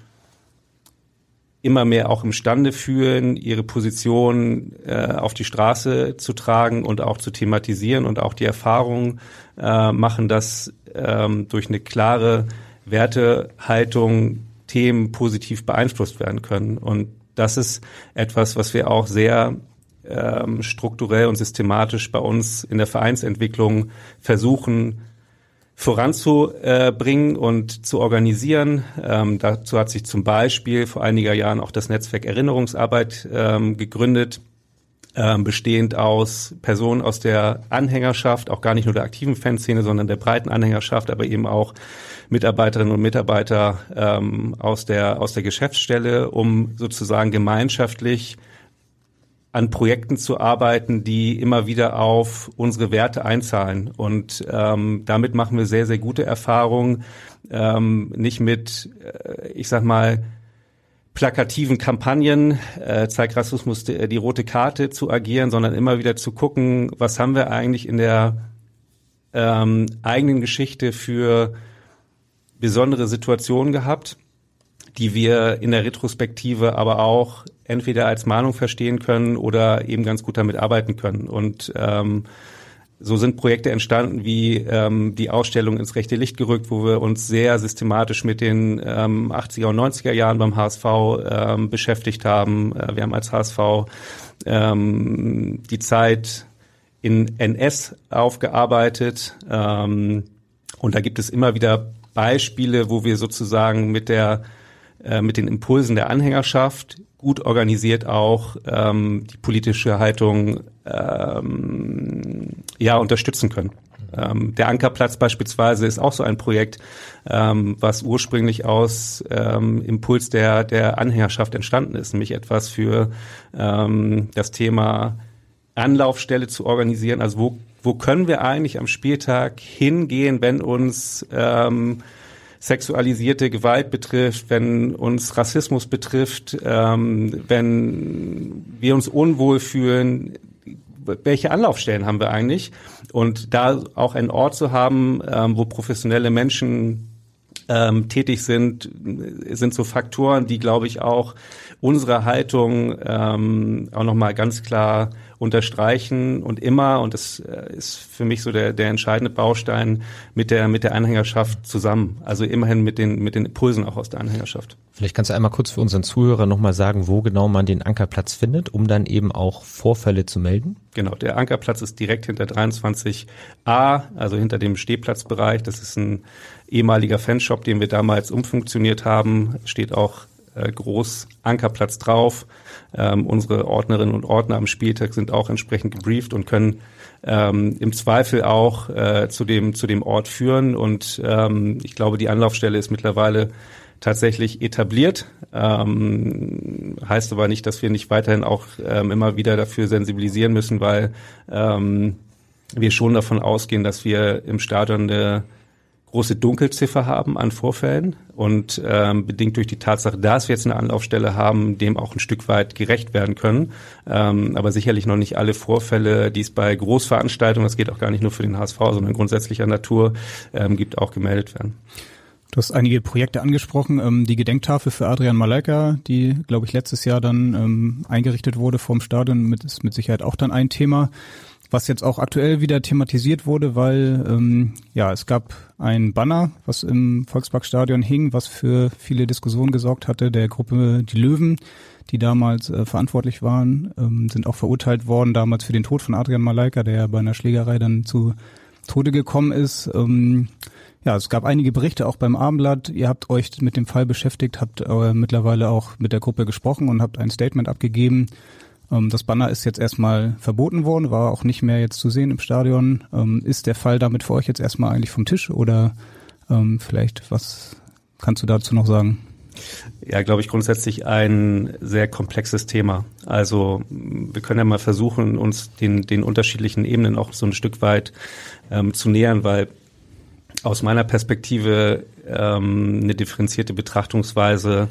E: immer mehr auch imstande fühlen, ihre Position äh, auf die Straße zu tragen und auch zu thematisieren, und auch die Erfahrung äh, machen, dass ähm, durch eine klare Wertehaltung Themen positiv beeinflusst werden können. Und das ist etwas, was wir auch sehr ähm, strukturell und systematisch bei uns in der Vereinsentwicklung versuchen voranzubringen und zu organisieren. Ähm, dazu hat sich zum Beispiel vor einiger Jahren auch das Netzwerk Erinnerungsarbeit ähm, gegründet, ähm, bestehend aus Personen aus der Anhängerschaft, auch gar nicht nur der aktiven Fanszene, sondern der breiten Anhängerschaft, aber eben auch Mitarbeiterinnen und Mitarbeiter ähm, aus der aus der Geschäftsstelle, um sozusagen gemeinschaftlich an Projekten zu arbeiten, die immer wieder auf unsere Werte einzahlen. Und ähm, damit machen wir sehr, sehr gute Erfahrungen, ähm, nicht mit, äh, ich sag mal, plakativen Kampagnen, äh, Zeig Rassismus die, die rote Karte zu agieren, sondern immer wieder zu gucken, was haben wir eigentlich in der ähm, eigenen Geschichte für besondere Situationen gehabt, die wir in der Retrospektive aber auch entweder als Mahnung verstehen können oder eben ganz gut damit arbeiten können. Und ähm, so sind Projekte entstanden wie ähm, die Ausstellung ins rechte Licht gerückt, wo wir uns sehr systematisch mit den ähm, achtziger und neunziger Jahren beim H S V ähm, beschäftigt haben. Äh, wir haben als H S V ähm, die Zeit in N S aufgearbeitet. Ähm, und da gibt es immer wieder Beispiele, wo wir sozusagen mit der äh, mit den Impulsen der Anhängerschaft gut organisiert auch ähm, die politische Haltung ähm, ja unterstützen können. Ähm, der Ankerplatz beispielsweise ist auch so ein Projekt, ähm, was ursprünglich aus ähm, Impuls der der Anhängerschaft entstanden ist, nämlich etwas für ähm, das Thema Anlaufstelle zu organisieren. Also wo wo können wir eigentlich am Spieltag hingehen, wenn uns ähm, sexualisierte Gewalt betrifft, wenn uns Rassismus betrifft, ähm, wenn wir uns unwohl fühlen, welche Anlaufstellen haben wir eigentlich? Und da auch einen Ort zu haben, ähm, wo professionelle Menschen ähm, tätig sind, sind so Faktoren, die, glaube ich, auch unsere Haltung ähm, auch nochmal ganz klar unterstreichen und immer, und das ist für mich so der, der entscheidende Baustein, mit der, mit der Anhängerschaft zusammen. Also immerhin mit den, mit den Impulsen auch aus der Anhängerschaft.
C: Vielleicht kannst du einmal kurz für unseren Zuhörer nochmal sagen, wo genau man den Ankerplatz findet, um dann eben auch Vorfälle zu melden?
E: Genau, der Ankerplatz ist direkt hinter dreiundzwanzig a, also hinter dem Stehplatzbereich. Das ist ein ehemaliger Fanshop, den wir damals umfunktioniert haben. Steht auch äh, groß Ankerplatz drauf. Ähm, unsere Ordnerinnen und Ordner am Spieltag sind auch entsprechend gebrieft und können ähm, im Zweifel auch äh, zu dem zu dem Ort führen. Und ähm, ich glaube, die Anlaufstelle ist mittlerweile tatsächlich etabliert. Ähm, heißt aber nicht, dass wir nicht weiterhin auch ähm, immer wieder dafür sensibilisieren müssen, weil ähm, wir schon davon ausgehen, dass wir im Stadion eine große Dunkelziffer haben an Vorfällen und ähm, bedingt durch die Tatsache, dass wir jetzt eine Anlaufstelle haben, dem auch ein Stück weit gerecht werden können. Ähm, aber sicherlich noch nicht alle Vorfälle, die es bei Großveranstaltungen, das geht auch gar nicht nur für den H S V, sondern grundsätzlicher Natur, ähm, gibt, auch gemeldet werden.
D: Du hast einige Projekte angesprochen, ähm, die Gedenktafel für Adrian Malaika, die, glaube ich, letztes Jahr dann ähm, eingerichtet wurde vorm Stadion, mit, ist mit Sicherheit auch dann ein Thema. was jetzt auch aktuell wieder thematisiert wurde, weil ähm, ja es gab ein Banner, was im Volksparkstadion hing, was für viele Diskussionen gesorgt hatte, der Gruppe Die Löwen, die damals äh, verantwortlich waren, ähm, sind auch verurteilt worden damals für den Tod von Adrian Malaika, der bei einer Schlägerei dann zu Tode gekommen ist. Ähm, ja, es gab einige Berichte auch beim Abendblatt. Ihr habt euch mit dem Fall beschäftigt, habt äh, mittlerweile auch mit der Gruppe gesprochen und habt ein Statement abgegeben. Ähm, das Banner ist jetzt erstmal verboten worden, war auch nicht mehr jetzt zu sehen im Stadion. Ähm, ist der Fall damit für euch jetzt erstmal eigentlich vom Tisch oder ähm, vielleicht, was kannst du dazu noch sagen?
E: Ja, glaube ich, grundsätzlich ein sehr komplexes Thema. Also wir können ja mal versuchen, uns den, den unterschiedlichen Ebenen auch so ein Stück weit ähm, zu nähern, weil aus meiner Perspektive ähm, eine differenzierte Betrachtungsweise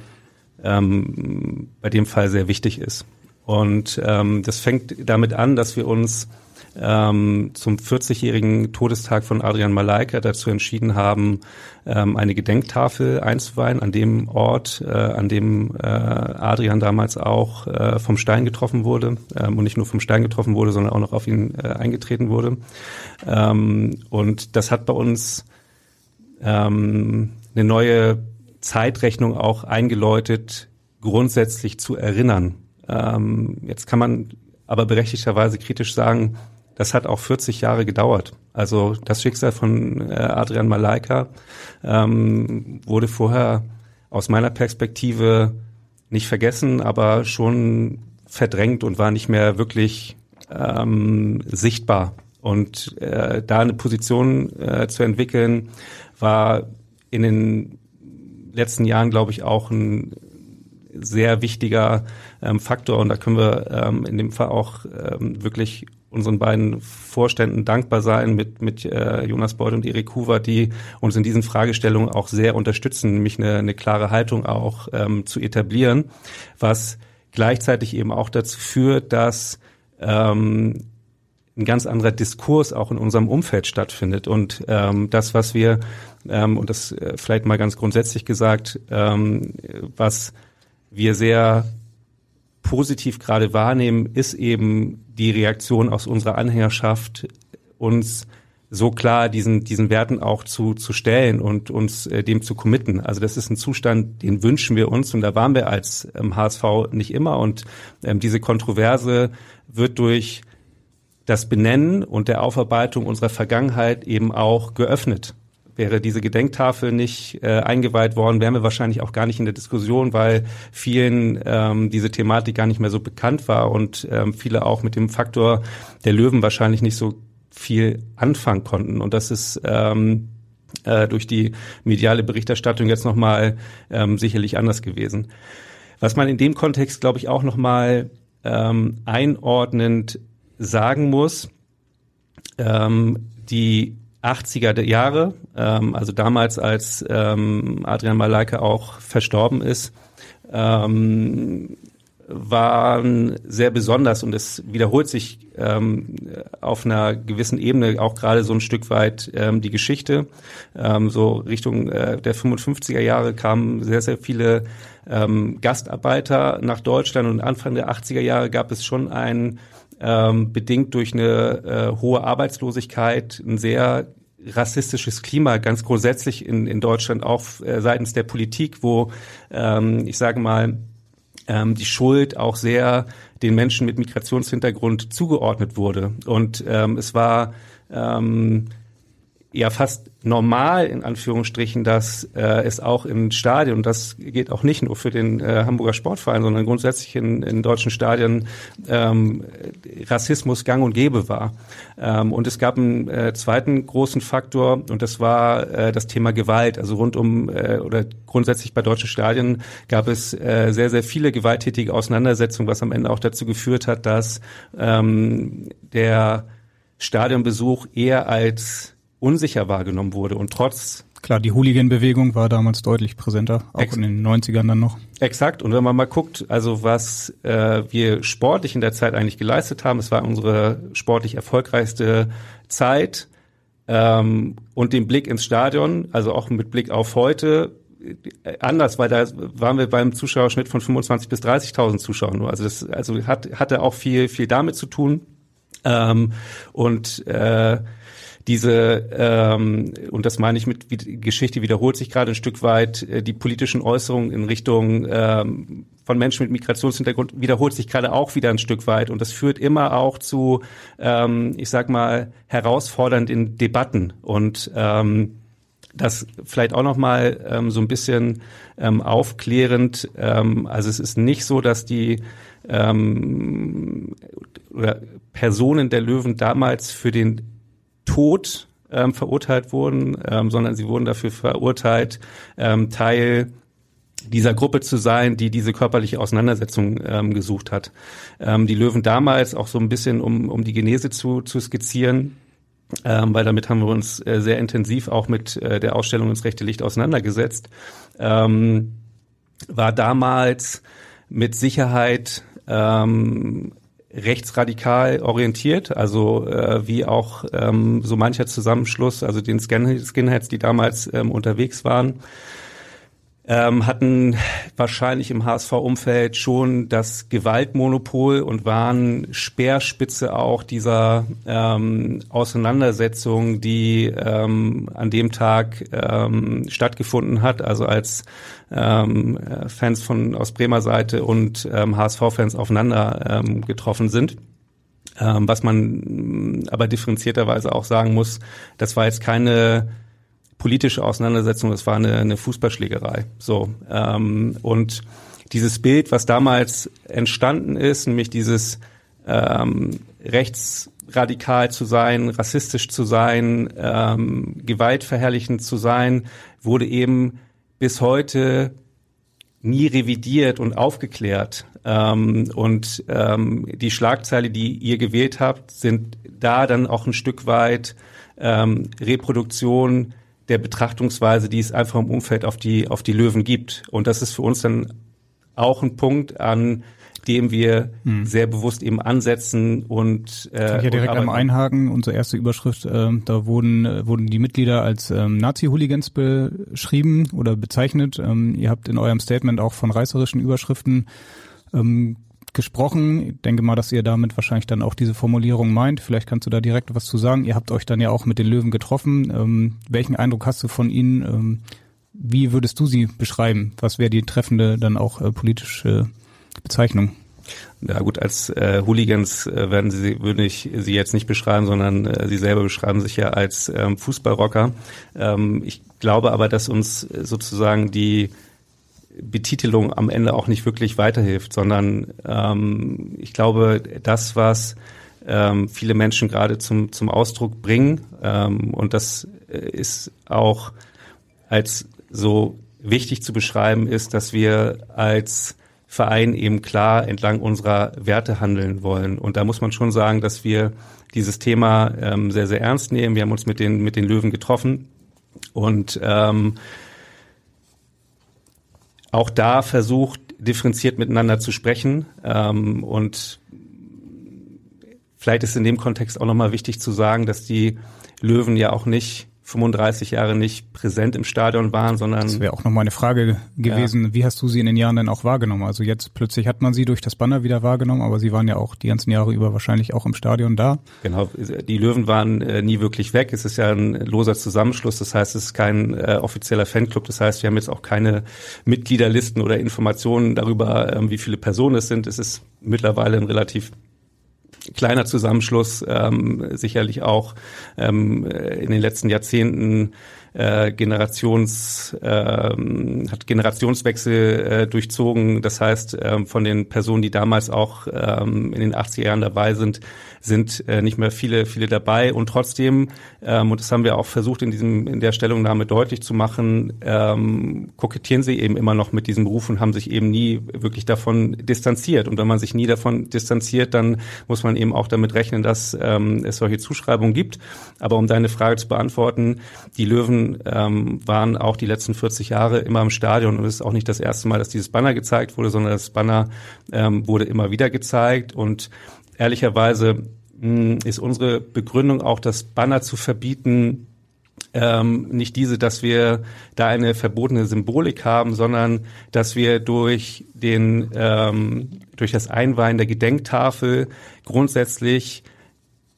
E: ähm, bei dem Fall sehr wichtig ist. Und ähm, das fängt damit an, dass wir uns ähm, zum vierzigjährigen Todestag von Adrian Malaika dazu entschieden haben, ähm, eine Gedenktafel einzuweihen an dem Ort, äh, an dem äh, Adrian damals auch äh, vom Stein getroffen wurde, ähm, und nicht nur vom Stein getroffen wurde, sondern auch noch auf ihn äh, eingetreten wurde. Ähm, und das hat bei uns ähm, eine neue Zeitrechnung auch eingeläutet, grundsätzlich zu erinnern. Ähm, jetzt kann man aber berechtigterweise kritisch sagen, das hat auch vierzig Jahre gedauert. Also das Schicksal von äh, Adrian Malaika ähm, wurde vorher aus meiner Perspektive nicht vergessen, aber schon verdrängt und war nicht mehr wirklich ähm, sichtbar. Und äh, da eine Position äh, zu entwickeln, war in den letzten Jahren, glaube ich, auch ein sehr wichtiger ähm, Faktor. Und da können wir ähm, in dem Fall auch ähm, wirklich unseren beiden Vorständen dankbar sein mit mit äh, Jonas Beuth und Erik Huber, die uns in diesen Fragestellungen auch sehr unterstützen, nämlich eine, eine klare Haltung auch ähm, zu etablieren, was gleichzeitig eben auch dazu führt, dass ähm, ein ganz anderer Diskurs auch in unserem Umfeld stattfindet. Und ähm, das, was wir, ähm, und das äh, vielleicht mal ganz grundsätzlich gesagt, ähm, was wir sehr positiv gerade wahrnehmen, ist eben die Reaktion aus unserer Anhängerschaft, uns so klar diesen diesen Werten auch zu zu stellen und uns äh, dem zu committen. Also das ist ein Zustand, den wünschen wir uns, und da waren wir als ähm, H S V nicht immer, und ähm, diese Kontroverse wird durch das Benennen und der Aufarbeitung unserer Vergangenheit eben auch geöffnet. Wäre diese Gedenktafel nicht äh, eingeweiht worden, wären wir wahrscheinlich auch gar nicht in der Diskussion, weil vielen ähm, diese Thematik gar nicht mehr so bekannt war und ähm, viele auch mit dem Faktor der Löwen wahrscheinlich nicht so viel anfangen konnten. Und das ist ähm, äh, durch die mediale Berichterstattung jetzt nochmal ähm, sicherlich anders gewesen. Was man in dem Kontext, glaube ich, auch nochmal ähm, einordnend sagen muss, ähm, die achtziger Jahre, ähm, also damals, als ähm, Adrian Malaika auch verstorben ist, ähm, waren sehr besonders, und es wiederholt sich ähm, auf einer gewissen Ebene auch gerade so ein Stück weit ähm, die Geschichte. Ähm, so Richtung äh, der fünfundfünfziger Jahre kamen sehr, sehr viele ähm, Gastarbeiter nach Deutschland, und Anfang der achtziger Jahre gab es schon ein Ähm, bedingt durch eine äh, hohe Arbeitslosigkeit, ein sehr rassistisches Klima, ganz grundsätzlich in, in Deutschland, auch äh, seitens der Politik, wo, ähm, ich sage mal, ähm, die Schuld auch sehr den Menschen mit Migrationshintergrund zugeordnet wurde. Und ähm, es war ähm, ja fast normal, in Anführungsstrichen, dass äh, es auch in Stadien, und das geht auch nicht nur für den äh, Hamburger Sportverein, sondern grundsätzlich in, in deutschen Stadien ähm, Rassismus gang und gäbe war. Ähm, und es gab einen äh, zweiten großen Faktor, und das war äh, das Thema Gewalt. Also rund um äh, oder grundsätzlich bei deutschen Stadien gab es äh, sehr, sehr viele gewalttätige Auseinandersetzungen, was am Ende auch dazu geführt hat, dass ähm, der Stadionbesuch eher als unsicher wahrgenommen wurde, und trotz...
D: Klar, die Hooligan-Bewegung war damals deutlich präsenter, auch Ex- in den neunzigern dann noch.
E: Exakt, und wenn man mal guckt, also was äh, wir sportlich in der Zeit eigentlich geleistet haben, es war unsere sportlich erfolgreichste Zeit, ähm, und den Blick ins Stadion, also auch mit Blick auf heute, äh, anders, weil da waren wir beim Zuschauerschnitt von fünfundzwanzig bis dreißigtausend Zuschauern nur. Also das also hat hatte auch viel viel damit zu tun. Ähm, und äh, diese, ähm, und das meine ich mit, die Geschichte wiederholt sich gerade ein Stück weit, äh, die politischen Äußerungen in Richtung ähm, von Menschen mit Migrationshintergrund wiederholt sich gerade auch wieder ein Stück weit. Und das führt immer auch zu, ähm, ich sag mal, herausfordernden Debatten. Und ähm, das vielleicht auch nochmal ähm, so ein bisschen ähm, aufklärend. Ähm, also es ist nicht so, dass die ähm, oder Personen der Löwen damals für den Tod ähm, verurteilt wurden, ähm, sondern sie wurden dafür verurteilt, ähm, Teil dieser Gruppe zu sein, die diese körperliche Auseinandersetzung ähm, gesucht hat. Ähm, die Löwen damals, auch so ein bisschen, um, um die Genese zu, zu skizzieren, ähm, weil damit haben wir uns äh, sehr intensiv auch mit äh, der Ausstellung ins rechte Licht auseinandergesetzt, ähm, war damals mit Sicherheit ähm, rechtsradikal orientiert, also äh, wie auch ähm, so mancher Zusammenschluss, also den Skin- Skinheads, die damals ähm, unterwegs waren, ähm, hatten wahrscheinlich im H S V-Umfeld schon das Gewaltmonopol und waren Speerspitze auch dieser ähm, Auseinandersetzung, die ähm, an dem Tag ähm, stattgefunden hat, also als ähm, Fans von aus Bremer Seite und ähm, H S V-Fans aufeinander ähm, getroffen sind. Ähm, was man aber differenzierterweise auch sagen muss, das war jetzt keine politische Auseinandersetzung, das war eine, eine Fußballschlägerei. So ähm, und dieses Bild, was damals entstanden ist, nämlich dieses ähm, rechtsradikal zu sein, rassistisch zu sein, ähm, gewaltverherrlichend zu sein, wurde eben bis heute nie revidiert und aufgeklärt. Ähm, und ähm, die Schlagzeile, die ihr gewählt habt, sind da dann auch ein Stück weit ähm, Reproduktion der Betrachtungsweise, die es einfach im Umfeld auf die auf die Löwen gibt. Und das ist für uns dann auch ein Punkt, an dem wir hm. sehr bewusst eben ansetzen und äh,
D: Kann ich ja direkt einmal einhaken. Unsere erste Überschrift, äh, da wurden äh, wurden die Mitglieder als ähm, Nazi-Hooligans beschrieben oder bezeichnet. Ähm, ihr habt in eurem Statement auch von reißerischen Überschriften ähm, gesprochen. Ich denke mal, dass ihr damit wahrscheinlich dann auch diese Formulierung meint. Vielleicht kannst du da direkt was zu sagen. Ihr habt euch dann ja auch mit den Löwen getroffen. Ähm, welchen Eindruck hast du von ihnen? Ähm, wie würdest du sie beschreiben? Was wäre die treffende dann auch äh, politische Bezeichnung?
E: Ja gut, als äh, Hooligans äh, werden sie, würde ich sie jetzt nicht beschreiben, sondern äh, sie selber beschreiben sich ja als ähm, Fußballrocker. Ähm, ich glaube aber, dass uns sozusagen die Betitelung am Ende auch nicht wirklich weiterhilft, sondern ähm, ich glaube, das, was ähm, viele Menschen gerade zum zum Ausdruck bringen, ähm, und das ist auch als so wichtig zu beschreiben, ist, dass wir als Verein eben klar entlang unserer Werte handeln wollen. Und da muss man schon sagen, dass wir dieses Thema ähm, sehr, sehr ernst nehmen. Wir haben uns mit den mit den Löwen getroffen und ähm, auch da versucht, differenziert miteinander zu sprechen. Ähm, und vielleicht ist in dem Kontext auch nochmal wichtig zu sagen, dass die Löwen ja auch nicht fünfunddreißig Jahre nicht präsent im Stadion waren, sondern...
D: Das wäre auch noch mal eine Frage gewesen. Ja. Wie hast du sie in den Jahren denn auch wahrgenommen? Also jetzt plötzlich hat man sie durch das Banner wieder wahrgenommen, aber sie waren ja auch die ganzen Jahre über wahrscheinlich auch im Stadion da.
E: Genau, die Löwen waren äh, nie wirklich weg. Es ist ja ein loser Zusammenschluss, das heißt, es ist kein äh, offizieller Fanclub. Das heißt, wir haben jetzt auch keine Mitgliederlisten oder Informationen darüber, äh, wie viele Personen es sind. Es ist mittlerweile ein relativ kleiner Zusammenschluss, ähm, sicherlich auch ähm, in den letzten Jahrzehnten äh, Generations ähm, hat Generationswechsel äh, durchzogen. Das heißt, ähm, von den Personen, die damals auch ähm, in den achtziger Jahren dabei sind, sind äh, nicht mehr viele viele dabei. Und trotzdem, ähm, und das haben wir auch versucht in diesem in der Stellungnahme deutlich zu machen, ähm, kokettieren sie eben immer noch mit diesem Beruf und haben sich eben nie wirklich davon distanziert. Und wenn man sich nie davon distanziert, dann muss man eben auch damit rechnen, dass ähm, es solche Zuschreibungen gibt. Aber um deine Frage zu beantworten, die Löwen ähm, waren auch die letzten vierzig Jahre immer im Stadion und es ist auch nicht das erste Mal, dass dieses Banner gezeigt wurde, sondern das Banner ähm, wurde immer wieder gezeigt und ehrlicherweise mh, ist unsere Begründung auch, das Banner zu verbieten, ähm, nicht diese, dass wir da eine verbotene Symbolik haben, sondern dass wir durch den ähm, durch das Einweihen der Gedenktafel grundsätzlich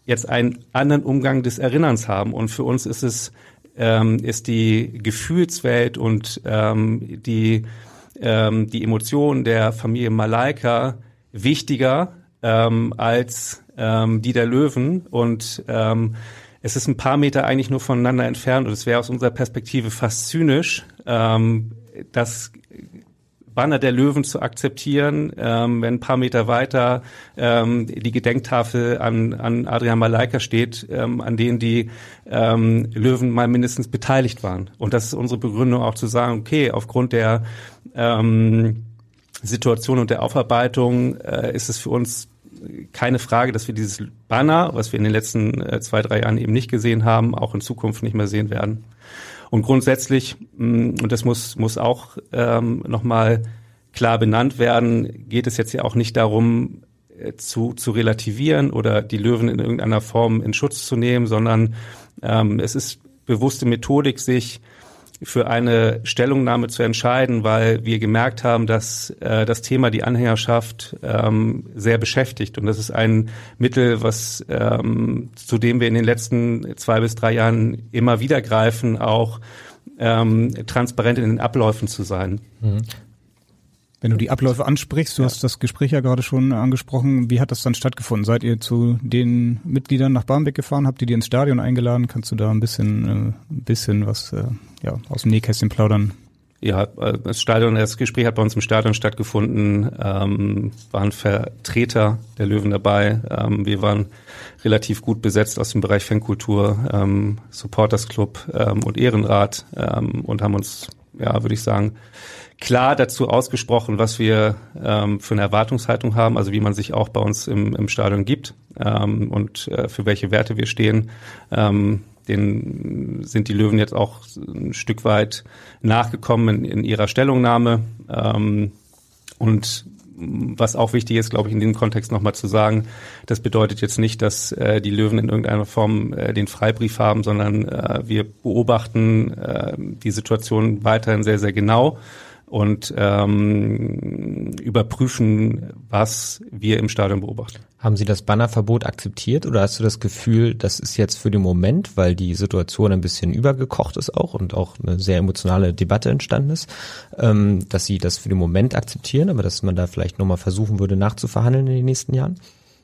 E: jetzt einen anderen Umgang des Erinnerns haben. Und für uns ist es ähm, ist die Gefühlswelt und ähm, die ähm, die Emotionen der Familie Malaika wichtiger ähm, als ähm, die der Löwen. Und ähm, es ist ein paar Meter eigentlich nur voneinander entfernt. Und es wäre aus unserer Perspektive fast zynisch, ähm, das Banner der Löwen zu akzeptieren, ähm, wenn ein paar Meter weiter ähm, die Gedenktafel an, an Adrian Malaika steht, ähm, an denen die ähm, Löwen mal mindestens beteiligt waren. Und das ist unsere Begründung auch zu sagen, okay, aufgrund der ähm, Situation und der Aufarbeitung äh, ist es für uns keine Frage, dass wir dieses Banner, was wir in den letzten äh, zwei, drei Jahren eben nicht gesehen haben, auch in Zukunft nicht mehr sehen werden. Und grundsätzlich, und das muss muss auch ähm, nochmal klar benannt werden, geht es jetzt ja auch nicht darum, äh, zu zu relativieren oder die Löwen in irgendeiner Form in Schutz zu nehmen, sondern ähm, es ist bewusste Methodik, sich für eine Stellungnahme zu entscheiden, weil wir gemerkt haben, dass äh, das Thema die Anhängerschaft ähm, sehr beschäftigt. Und das ist ein Mittel, was ähm, zu dem wir in den letzten zwei bis drei Jahren immer wieder greifen, auch ähm, transparent in den Abläufen zu sein.
D: Mhm. Wenn du die Abläufe ansprichst, du ja. hast das Gespräch ja gerade schon angesprochen, wie hat das dann stattgefunden? Seid ihr zu den Mitgliedern nach Barmbek gefahren? Habt ihr die ins Stadion eingeladen? Kannst du da ein bisschen, äh, ein bisschen was äh, ja, aus dem Nähkästchen plaudern?
E: Ja, das Stadion, das Gespräch hat bei uns im Stadion stattgefunden, ähm, waren Vertreter der Löwen dabei. Ähm, wir waren relativ gut besetzt aus dem Bereich Fankultur, ähm, Supporters Club ähm, und Ehrenrat ähm, und haben uns, ja, würde ich sagen, klar dazu ausgesprochen, was wir ähm, für eine Erwartungshaltung haben, also wie man sich auch bei uns im, im Stadion gibt ähm, und äh, für welche Werte wir stehen. Ähm, denen sind die Löwen jetzt auch ein Stück weit nachgekommen in, in ihrer Stellungnahme. Ähm, und was auch wichtig ist, glaube ich, in diesem Kontext nochmal zu sagen, das bedeutet jetzt nicht, dass äh, die Löwen in irgendeiner Form äh, den Freibrief haben, sondern äh, wir beobachten äh, die Situation weiterhin sehr, sehr genau und ähm, überprüfen, was wir im Stadion beobachten.
C: Haben Sie das Bannerverbot akzeptiert oder hast du das Gefühl, das ist jetzt für den Moment, weil die Situation ein bisschen übergekocht ist auch und auch eine sehr emotionale Debatte entstanden ist, ähm, dass Sie das für den Moment akzeptieren, aber dass man da vielleicht nochmal versuchen würde nachzuverhandeln in den nächsten Jahren,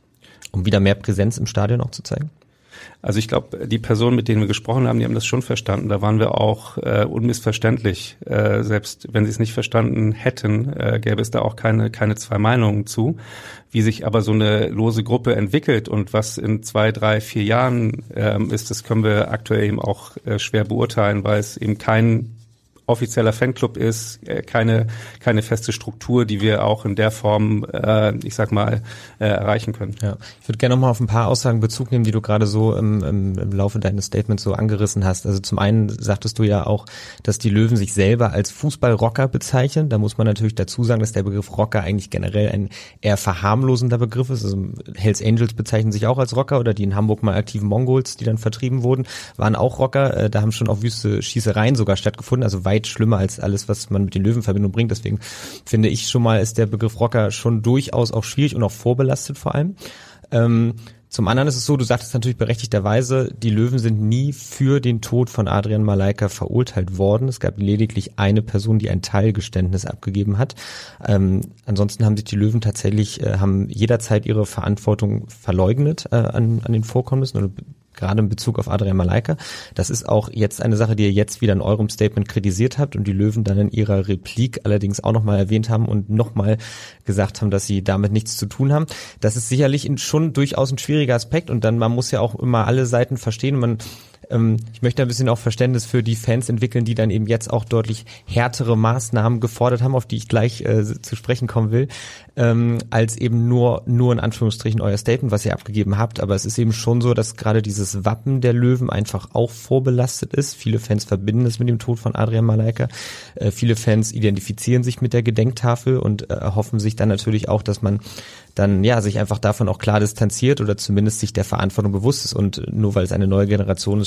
C: um wieder mehr Präsenz im Stadion auch zu zeigen?
E: Also ich glaube, die Personen, mit denen wir gesprochen haben, die haben das schon verstanden. Da waren wir auch äh, unmissverständlich. Äh, selbst wenn sie es nicht verstanden hätten, äh, gäbe es da auch keine keine zwei Meinungen zu. Wie sich aber so eine lose Gruppe entwickelt und was in zwei, drei, vier Jahren ähm, ist, das können wir aktuell eben auch äh, schwer beurteilen, weil es eben kein offizieller Fanclub ist, keine keine feste Struktur, die wir auch in der Form, äh, ich sag mal, äh, erreichen können.
C: Ja, ich würde gerne noch mal auf ein paar Aussagen Bezug nehmen, die du gerade so im, im, im Laufe deines Statements so angerissen hast. Also zum einen sagtest du ja auch, dass die Löwen sich selber als Fußballrocker bezeichnen. Da muss man natürlich dazu sagen, dass der Begriff Rocker eigentlich generell ein eher verharmlosender Begriff ist. Also Hells Angels bezeichnen sich auch als Rocker oder die in Hamburg mal aktiven Mongols, die dann vertrieben wurden, waren auch Rocker. Da haben schon auch wüste Schießereien sogar stattgefunden, also weit schlimmer als alles, was man mit den Löwen in Verbindung bringt. Deswegen finde ich schon mal, ist der Begriff Rocker schon durchaus auch schwierig und auch vorbelastet vor allem. Ähm, zum anderen ist es so, du sagtest natürlich berechtigterweise, die Löwen sind nie für den Tod von Adrian Malaika verurteilt worden. Es gab lediglich eine Person, die ein Teilgeständnis abgegeben hat. Ähm, ansonsten haben sich die Löwen tatsächlich, äh, haben jederzeit ihre Verantwortung verleugnet äh, an, an den Vorkommnissen oder gerade in Bezug auf Adrian Malaika. Das ist auch jetzt eine Sache, die ihr jetzt wieder in eurem Statement kritisiert habt und die Löwen dann in ihrer Replik allerdings auch nochmal erwähnt haben und nochmal gesagt haben, dass sie damit nichts zu tun haben. Das ist sicherlich schon durchaus ein schwieriger Aspekt und dann, man muss ja auch immer alle Seiten verstehen. Man ähm, ich möchte ein bisschen auch Verständnis für die Fans entwickeln, die dann eben jetzt auch deutlich härtere Maßnahmen gefordert haben, auf die ich gleich äh, zu sprechen kommen will, ähm, als eben nur nur in Anführungsstrichen euer Statement, was ihr abgegeben habt. Aber es ist eben schon so, dass gerade dieses Wappen der Löwen einfach auch vorbelastet ist. Viele Fans verbinden es mit dem Tod von Adrian Malaika. Äh, viele Fans identifizieren sich mit der Gedenktafel und äh, erhoffen sich dann natürlich auch, dass man dann ja sich einfach davon auch klar distanziert oder zumindest sich der Verantwortung bewusst ist. Und nur weil es eine neue Generation ist,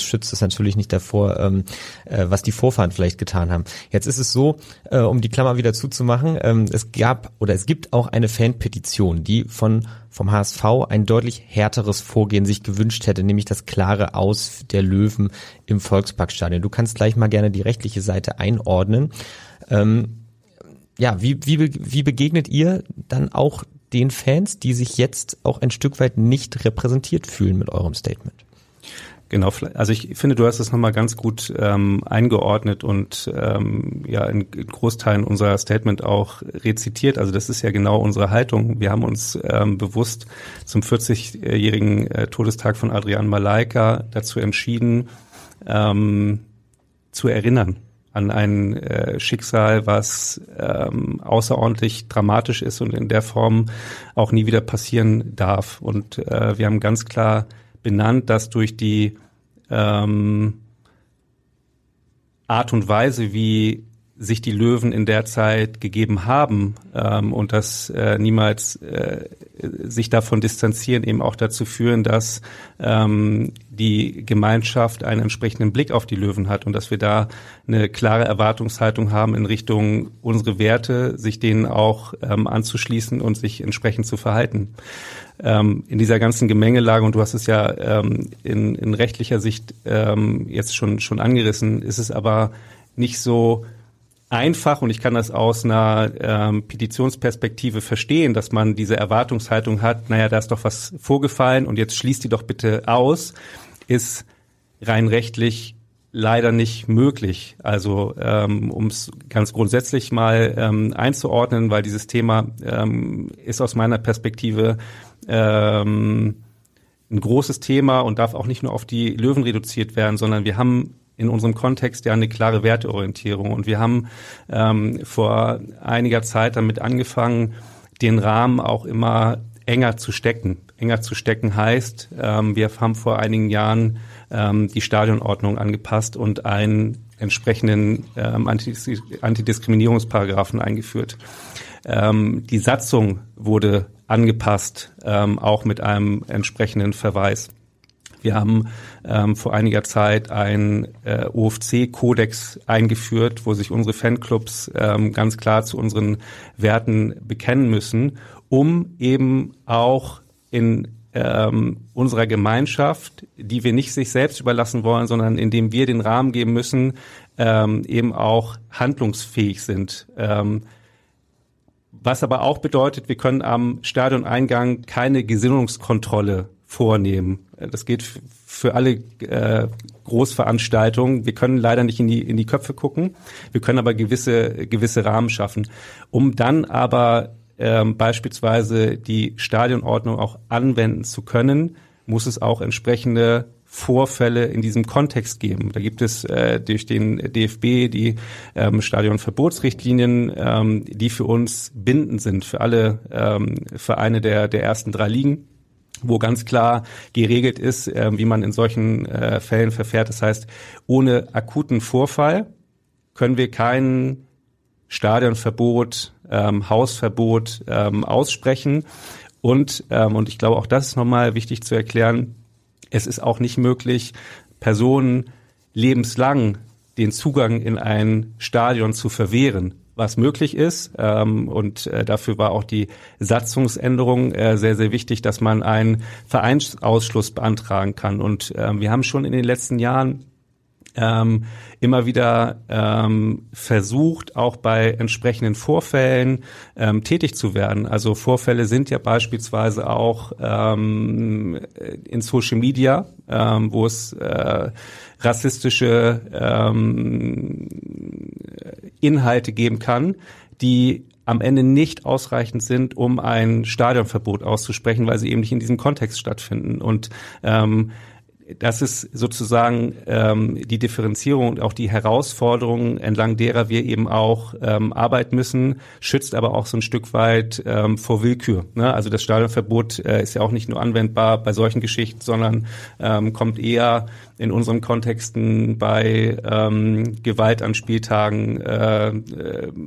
C: schützt es natürlich nicht davor, ähm, äh, was die Vorfahren vielleicht getan haben. Jetzt ist es so, äh, um die Klammer wieder zuzumachen, ähm, es gab oder es gibt auch eine Fanpetition, die von vom H S V ein deutlich härteres Vorgehen sich gewünscht hätte, nämlich das klare Aus der Löwen im Volksparkstadion. Du kannst gleich mal gerne die rechtliche Seite einordnen. Ähm, ja, wie, wie, wie begegnet ihr dann auch den Fans, die sich jetzt auch ein Stück weit nicht repräsentiert fühlen mit eurem Statement?
E: Genau, also ich finde, du hast es nochmal ganz gut ähm, eingeordnet und ähm, ja in Großteilen unser Statement auch rezitiert. Also das ist ja genau unsere Haltung. Wir haben uns ähm, bewusst zum vierzigjährigen äh, Todestag von Adrian Malaika dazu entschieden, ähm, zu erinnern an ein äh, Schicksal, was ähm, außerordentlich dramatisch ist und in der Form auch nie wieder passieren darf. Und äh, wir haben ganz klar benannt, dass durch die ähm, Art und Weise, wie sich die Löwen in der Zeit gegeben haben ähm, und dass äh, niemals äh, sich davon distanzieren, eben auch dazu führen, dass ähm, die Gemeinschaft einen entsprechenden Blick auf die Löwen hat und dass wir da eine klare Erwartungshaltung haben in Richtung unsere Werte, sich denen auch ähm, anzuschließen und sich entsprechend zu verhalten. Ähm, in dieser ganzen Gemengelage, und du hast es ja ähm, in, in rechtlicher Sicht ähm, jetzt schon schon angerissen, ist es aber nicht so einfach, und ich kann das aus einer ähm, Petitionsperspektive verstehen, dass man diese Erwartungshaltung hat, naja, da ist doch was vorgefallen und jetzt schließt die doch bitte aus, ist rein rechtlich leider nicht möglich. Also ähm, um es ganz grundsätzlich mal ähm, einzuordnen, weil dieses Thema ähm, ist aus meiner Perspektive ähm, ein großes Thema und darf auch nicht nur auf die Löwen reduziert werden, sondern wir haben in unserem Kontext ja eine klare Werteorientierung. Und wir haben ähm, vor einiger Zeit damit angefangen, den Rahmen auch immer enger zu stecken. Enger zu stecken heißt, ähm, wir haben vor einigen Jahren ähm, die Stadionordnung angepasst und einen entsprechenden ähm, Antidis- Antidiskriminierungsparagraphen eingeführt. Ähm, die Satzung wurde angepasst, ähm, auch mit einem entsprechenden Verweis. Wir haben ähm, vor einiger Zeit einen äh, O F C-Kodex eingeführt, wo sich unsere Fanclubs ähm, ganz klar zu unseren Werten bekennen müssen, um eben auch in ähm, unserer Gemeinschaft, die wir nicht sich selbst überlassen wollen, sondern indem wir den Rahmen geben müssen, ähm, eben auch handlungsfähig sind. Ähm, was aber auch bedeutet, wir können am Stadioneingang keine Gesinnungskontrolle vornehmen. Das geht f- für alle äh, Großveranstaltungen. Wir können leider nicht in die in die Köpfe gucken. Wir können aber gewisse gewisse Rahmen schaffen, um dann aber ähm, beispielsweise die Stadionordnung auch anwenden zu können, muss es auch entsprechende Vorfälle in diesem Kontext geben. Da gibt es äh, durch den D F B die ähm, Stadionverbotsrichtlinien, ähm, die für uns bindend sind, für alle ähm, Vereine der der ersten drei Ligen, wo ganz klar geregelt ist, äh, wie man in solchen äh, Fällen verfährt. Das heißt, ohne akuten Vorfall können wir kein Stadionverbot, ähm, Hausverbot ähm, aussprechen. Und ähm, und ich glaube, auch das ist nochmal wichtig zu erklären, es ist auch nicht möglich, Personen lebenslang den Zugang in ein Stadion zu verwehren. Was möglich ist, ähm, und äh, dafür war auch die Satzungsänderung äh, sehr, sehr wichtig, dass man einen Vereinsausschluss beantragen kann. Und ähm, wir haben schon in den letzten Jahren ähm, immer wieder ähm, versucht, auch bei entsprechenden Vorfällen ähm, tätig zu werden. Also Vorfälle sind ja beispielsweise auch ähm, in Social Media, ähm, wo es äh, rassistische ähm, Inhalte geben kann, die am Ende nicht ausreichend sind, um ein Stadionverbot auszusprechen, weil sie eben nicht in diesem Kontext stattfinden. Und ähm, das ist sozusagen ähm, die Differenzierung und auch die Herausforderung, entlang derer wir eben auch ähm, arbeiten müssen, schützt aber auch so ein Stück weit ähm, vor Willkür. Ne? Also das Stadionverbot äh, ist ja auch nicht nur anwendbar bei solchen Geschichten, sondern ähm, kommt eher in unseren Kontexten bei ähm, Gewalt an Spieltagen, äh, äh,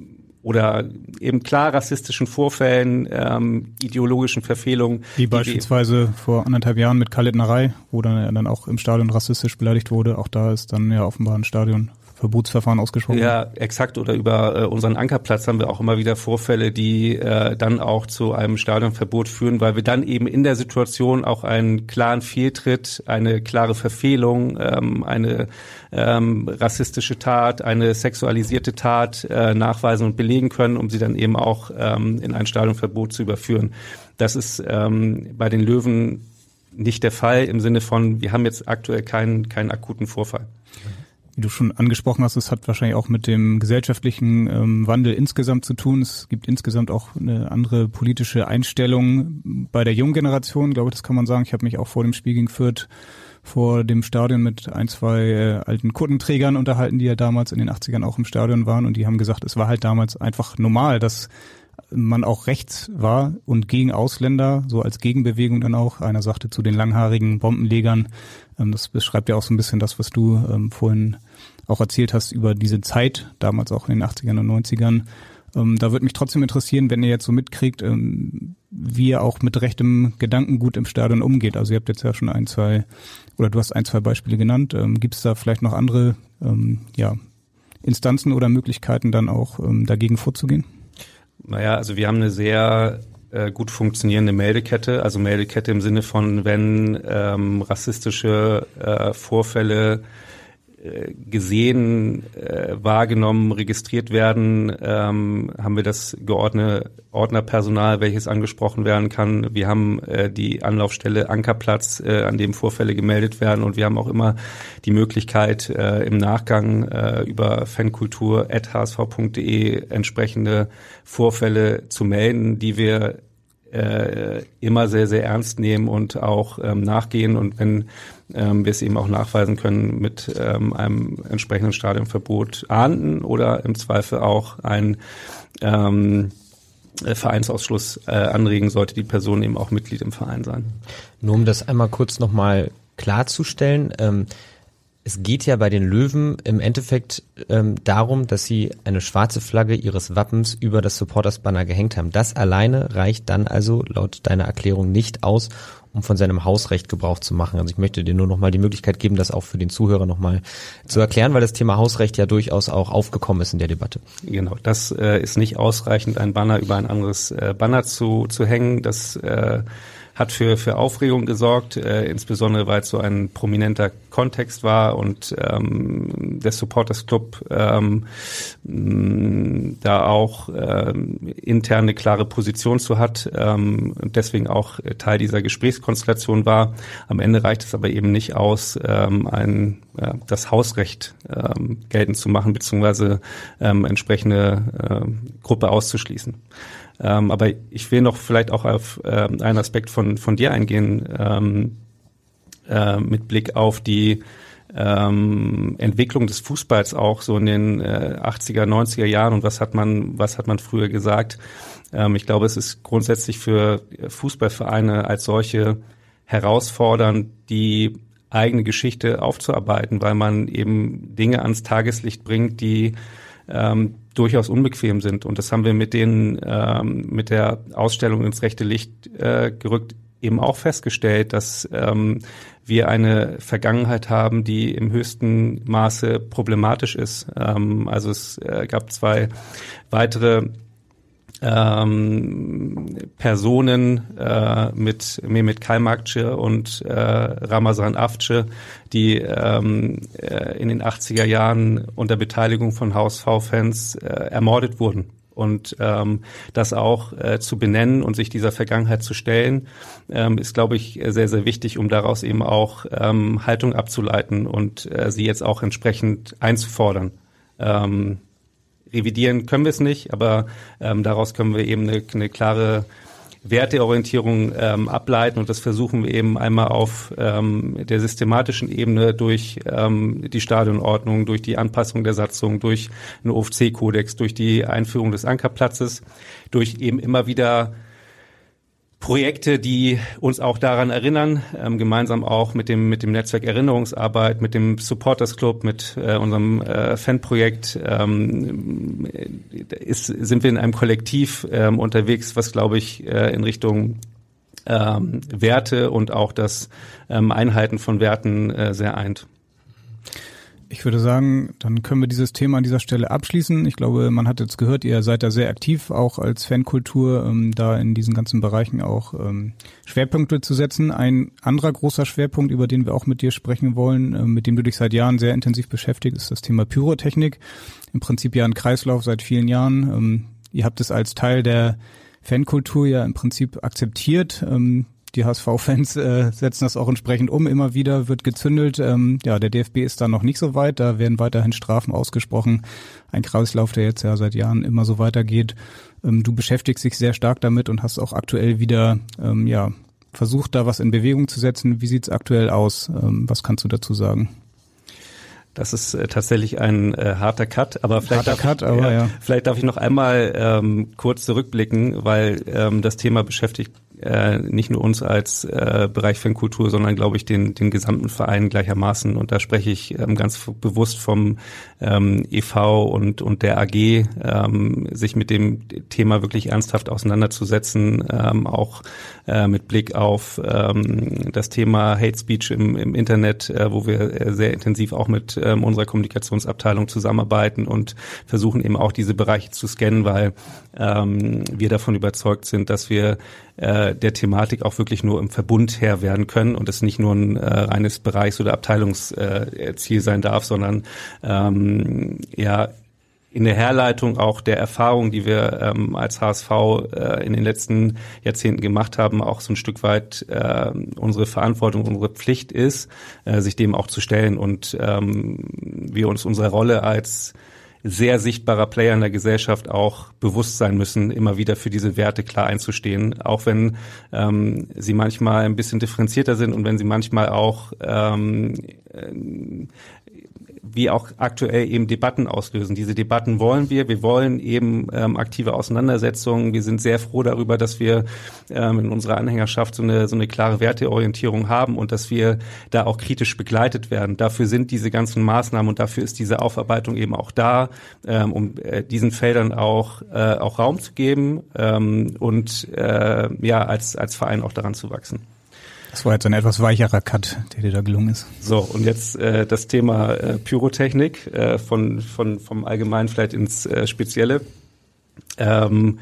E: oder eben klar rassistischen Vorfällen, ähm, ideologischen Verfehlungen.
D: Wie beispielsweise vor anderthalb Jahren mit Khaled Narei, wo dann, dann auch im Stadion rassistisch beleidigt wurde. Auch da ist dann ja offenbar ein Stadion Verbotsverfahren ausgesprochen.
E: Ja, exakt. Oder über äh, unseren Ankerplatz haben wir auch immer wieder Vorfälle, die äh, dann auch zu einem Stadionverbot führen, weil wir dann eben in der Situation auch einen klaren Fehltritt, eine klare Verfehlung, ähm, eine ähm, rassistische Tat, eine sexualisierte Tat äh, nachweisen und belegen können, um sie dann eben auch ähm, in ein Stadionverbot zu überführen. Das ist ähm, bei den Löwen nicht der Fall im Sinne von, wir haben jetzt aktuell keinen keinen akuten Vorfall.
D: Wie du schon angesprochen hast, es hat wahrscheinlich auch mit dem gesellschaftlichen ähm, Wandel insgesamt zu tun. Es gibt insgesamt auch eine andere politische Einstellung bei der jungen Generation, ich glaube, das kann man sagen. Ich habe mich auch vor dem Spiel gegen Fürth vor dem Stadion mit ein, zwei äh, alten Kuttenträgern unterhalten, die ja damals in den achtzigern auch im Stadion waren, und die haben gesagt, es war halt damals einfach normal, dass man auch rechts war und gegen Ausländer, so als Gegenbewegung dann auch. Einer sagte zu den langhaarigen Bombenlegern, ähm, das beschreibt ja auch so ein bisschen das, was du ähm, vorhin auch erzählt hast über diese Zeit, damals auch in den achtzigern und neunzigern. Ähm, da würde mich trotzdem interessieren, wenn ihr jetzt so mitkriegt, ähm, wie ihr auch mit rechtem Gedankengut im Stadion umgeht. Also ihr habt jetzt ja schon ein, zwei, oder du hast ein, zwei Beispiele genannt. Ähm, gibt es da vielleicht noch andere ähm, ja, Instanzen oder Möglichkeiten dann auch ähm, dagegen vorzugehen?
E: Naja, also wir haben eine sehr äh, gut funktionierende Meldekette, also Meldekette im Sinne von, wenn ähm, rassistische äh, Vorfälle äh, gesehen, äh, wahrgenommen, registriert werden, ähm, haben wir das geordnete Ordnerpersonal, welches angesprochen werden kann. Wir haben äh, die Anlaufstelle Ankerplatz, äh, an dem Vorfälle gemeldet werden, und wir haben auch immer die Möglichkeit, äh, im Nachgang äh, über fankultur at h s v punkt d e entsprechende Vorfälle zu melden, die wir äh, immer sehr, sehr ernst nehmen und auch ähm, nachgehen. Und wenn ähm, wir es eben auch nachweisen können, mit ähm, einem entsprechenden Stadionverbot ahnden oder im Zweifel auch ein ähm, Vereinsausschluss äh, anregen, sollte die Person eben auch Mitglied im Verein sein.
C: Nur um das einmal kurz nochmal klarzustellen, ähm, es geht ja bei den Löwen im Endeffekt ähm, darum, dass sie eine schwarze Flagge ihres Wappens über das Supporters-Banner gehängt haben. Das alleine reicht dann also laut deiner Erklärung nicht aus, um von seinem Hausrecht Gebrauch zu machen. Also ich möchte dir nur nochmal die Möglichkeit geben, das auch für den Zuhörer nochmal zu erklären, weil das Thema Hausrecht ja durchaus auch aufgekommen ist in der Debatte.
E: Genau, das äh, ist nicht ausreichend, ein Banner über ein anderes äh, Banner zu, zu hängen. Das äh, hat für für Aufregung gesorgt, äh, insbesondere weil es so ein prominenter Kontext war und ähm, der Supporters Club ähm, mh, da auch ähm, intern eine klare Position zu hat ähm, und deswegen auch Teil dieser Gesprächskonstellation war. Am Ende reicht es aber eben nicht aus, ähm, ein ja, das Hausrecht ähm, geltend zu machen, beziehungsweise ähm, entsprechende ähm, Gruppe auszuschließen. Ähm, aber ich will noch vielleicht auch auf ähm, einen Aspekt von von dir eingehen, ähm, äh, mit Blick auf die ähm, Entwicklung des Fußballs auch so in den äh, achtziger, neunziger Jahren, und was hat man was hat man früher gesagt. Ähm, ich glaube, es ist grundsätzlich für Fußballvereine als solche herausfordernd, die eigene Geschichte aufzuarbeiten, weil man eben Dinge ans Tageslicht bringt, die ähm, durchaus unbequem sind. Und das haben wir mit den ähm, mit der Ausstellung ins rechte Licht äh, gerückt eben auch festgestellt, dass ähm, wir eine Vergangenheit haben, die im höchsten Maße problematisch ist. Ähm, also es äh, gab zwei weitere ähm, Personen äh, mit Mehmet Kaymakçı und äh, Ramazan Avcı, die ähm, äh, in den achtziger Jahren unter Beteiligung von H S V-Fans äh, ermordet wurden. Und ähm, das auch äh, zu benennen und sich dieser Vergangenheit zu stellen, ähm, ist, glaube ich, sehr, sehr wichtig, um daraus eben auch ähm, Haltung abzuleiten und äh, sie jetzt auch entsprechend einzufordern. Ähm, revidieren können wir es nicht, aber ähm, daraus können wir eben eine, eine klare Werteorientierung ähm, ableiten, und das versuchen wir eben einmal auf ähm, der systematischen Ebene durch ähm, die Stadionordnung, durch die Anpassung der Satzung, durch einen O F C-Kodex, durch die Einführung des Ankerplatzes, durch eben immer wieder Projekte, die uns auch daran erinnern, ähm, gemeinsam auch mit dem mit dem Netzwerk Erinnerungsarbeit, mit dem Supporters Club, mit äh, unserem äh, Fanprojekt ähm, ist, sind wir in einem Kollektiv ähm, unterwegs, was, glaube ich, äh, in Richtung ähm, Werte und auch das ähm, Einhalten von Werten äh, sehr eint.
D: Ich würde sagen, dann können wir dieses Thema an dieser Stelle abschließen. Ich glaube, man hat jetzt gehört, ihr seid da sehr aktiv, auch als Fankultur, ähm, da in diesen ganzen Bereichen auch ähm, Schwerpunkte zu setzen. Ein anderer großer Schwerpunkt, über den wir auch mit dir sprechen wollen, äh, mit dem du dich seit Jahren sehr intensiv beschäftigst, ist das Thema Pyrotechnik. Im Prinzip ja ein Kreislauf seit vielen Jahren. Ähm, ihr habt es als Teil der Fankultur ja im Prinzip akzeptiert. Ähm, Die H S V-Fans äh, setzen das auch entsprechend um. Immer wieder wird gezündelt. Ähm, ja, der D F B ist da noch nicht so weit. Da werden weiterhin Strafen ausgesprochen. Ein Kreislauf, der jetzt ja seit Jahren immer so weitergeht. Ähm, du beschäftigst dich sehr stark damit und hast auch aktuell wieder ähm, ja versucht, da was in Bewegung zu setzen. Wie sieht's aktuell aus? Ähm, was kannst du dazu sagen?
E: Das ist äh, tatsächlich ein äh, harter Cut, aber vielleicht,
D: harter
E: darf,
D: Cut, aber,
E: ja,
D: ja.
E: vielleicht darf ich noch einmal ähm, kurz zurückblicken, weil ähm, das Thema beschäftigt äh, nicht nur uns als äh, Bereich Fankultur, sondern, glaube ich, den den gesamten Verein gleichermaßen. Und da spreche ich ähm, ganz bewusst vom ähm, E V und und der A G, ähm, sich mit dem Thema wirklich ernsthaft auseinanderzusetzen, ähm, auch äh, mit Blick auf ähm, das Thema Hate Speech im, im Internet, äh, wo wir äh, sehr intensiv auch mit ähm, unserer Kommunikationsabteilung zusammenarbeiten und versuchen eben auch diese Bereiche zu scannen, weil ähm, wir davon überzeugt sind, dass wir äh, der Thematik auch wirklich nur im Verbund Herr werden können und es nicht nur ein äh, reines Bereichs- oder Abteilungsziel äh, sein darf, sondern ähm, ja in der Herleitung auch der Erfahrung, die wir ähm, als H S V äh, in den letzten Jahrzehnten gemacht haben, auch so ein Stück weit äh, unsere Verantwortung, unsere Pflicht ist, äh, sich dem auch zu stellen und ähm, wir uns unserer Rolle als sehr sichtbarer Player in der Gesellschaft auch bewusst sein müssen, immer wieder für diese Werte klar einzustehen, auch wenn ähm, sie manchmal ein bisschen differenzierter sind und wenn sie manchmal auch ähm, äh, wie auch aktuell eben Debatten auslösen. Diese Debatten wollen wir. Wir wollen eben ähm, aktive Auseinandersetzungen. Wir sind sehr froh darüber, dass wir ähm, in unserer Anhängerschaft so eine so eine klare Werteorientierung haben und dass wir da auch kritisch begleitet werden. Dafür sind diese ganzen Maßnahmen und dafür ist diese Aufarbeitung eben auch da, ähm, um äh, diesen Feldern auch äh, auch Raum zu geben ähm, und äh, ja als als Verein auch daran zu wachsen.
D: Das war jetzt ein etwas weicherer Cut, der dir da gelungen ist.
E: So, und jetzt äh, das Thema äh, Pyrotechnik, äh, von von vom Allgemeinen vielleicht ins äh, Spezielle. Ähm,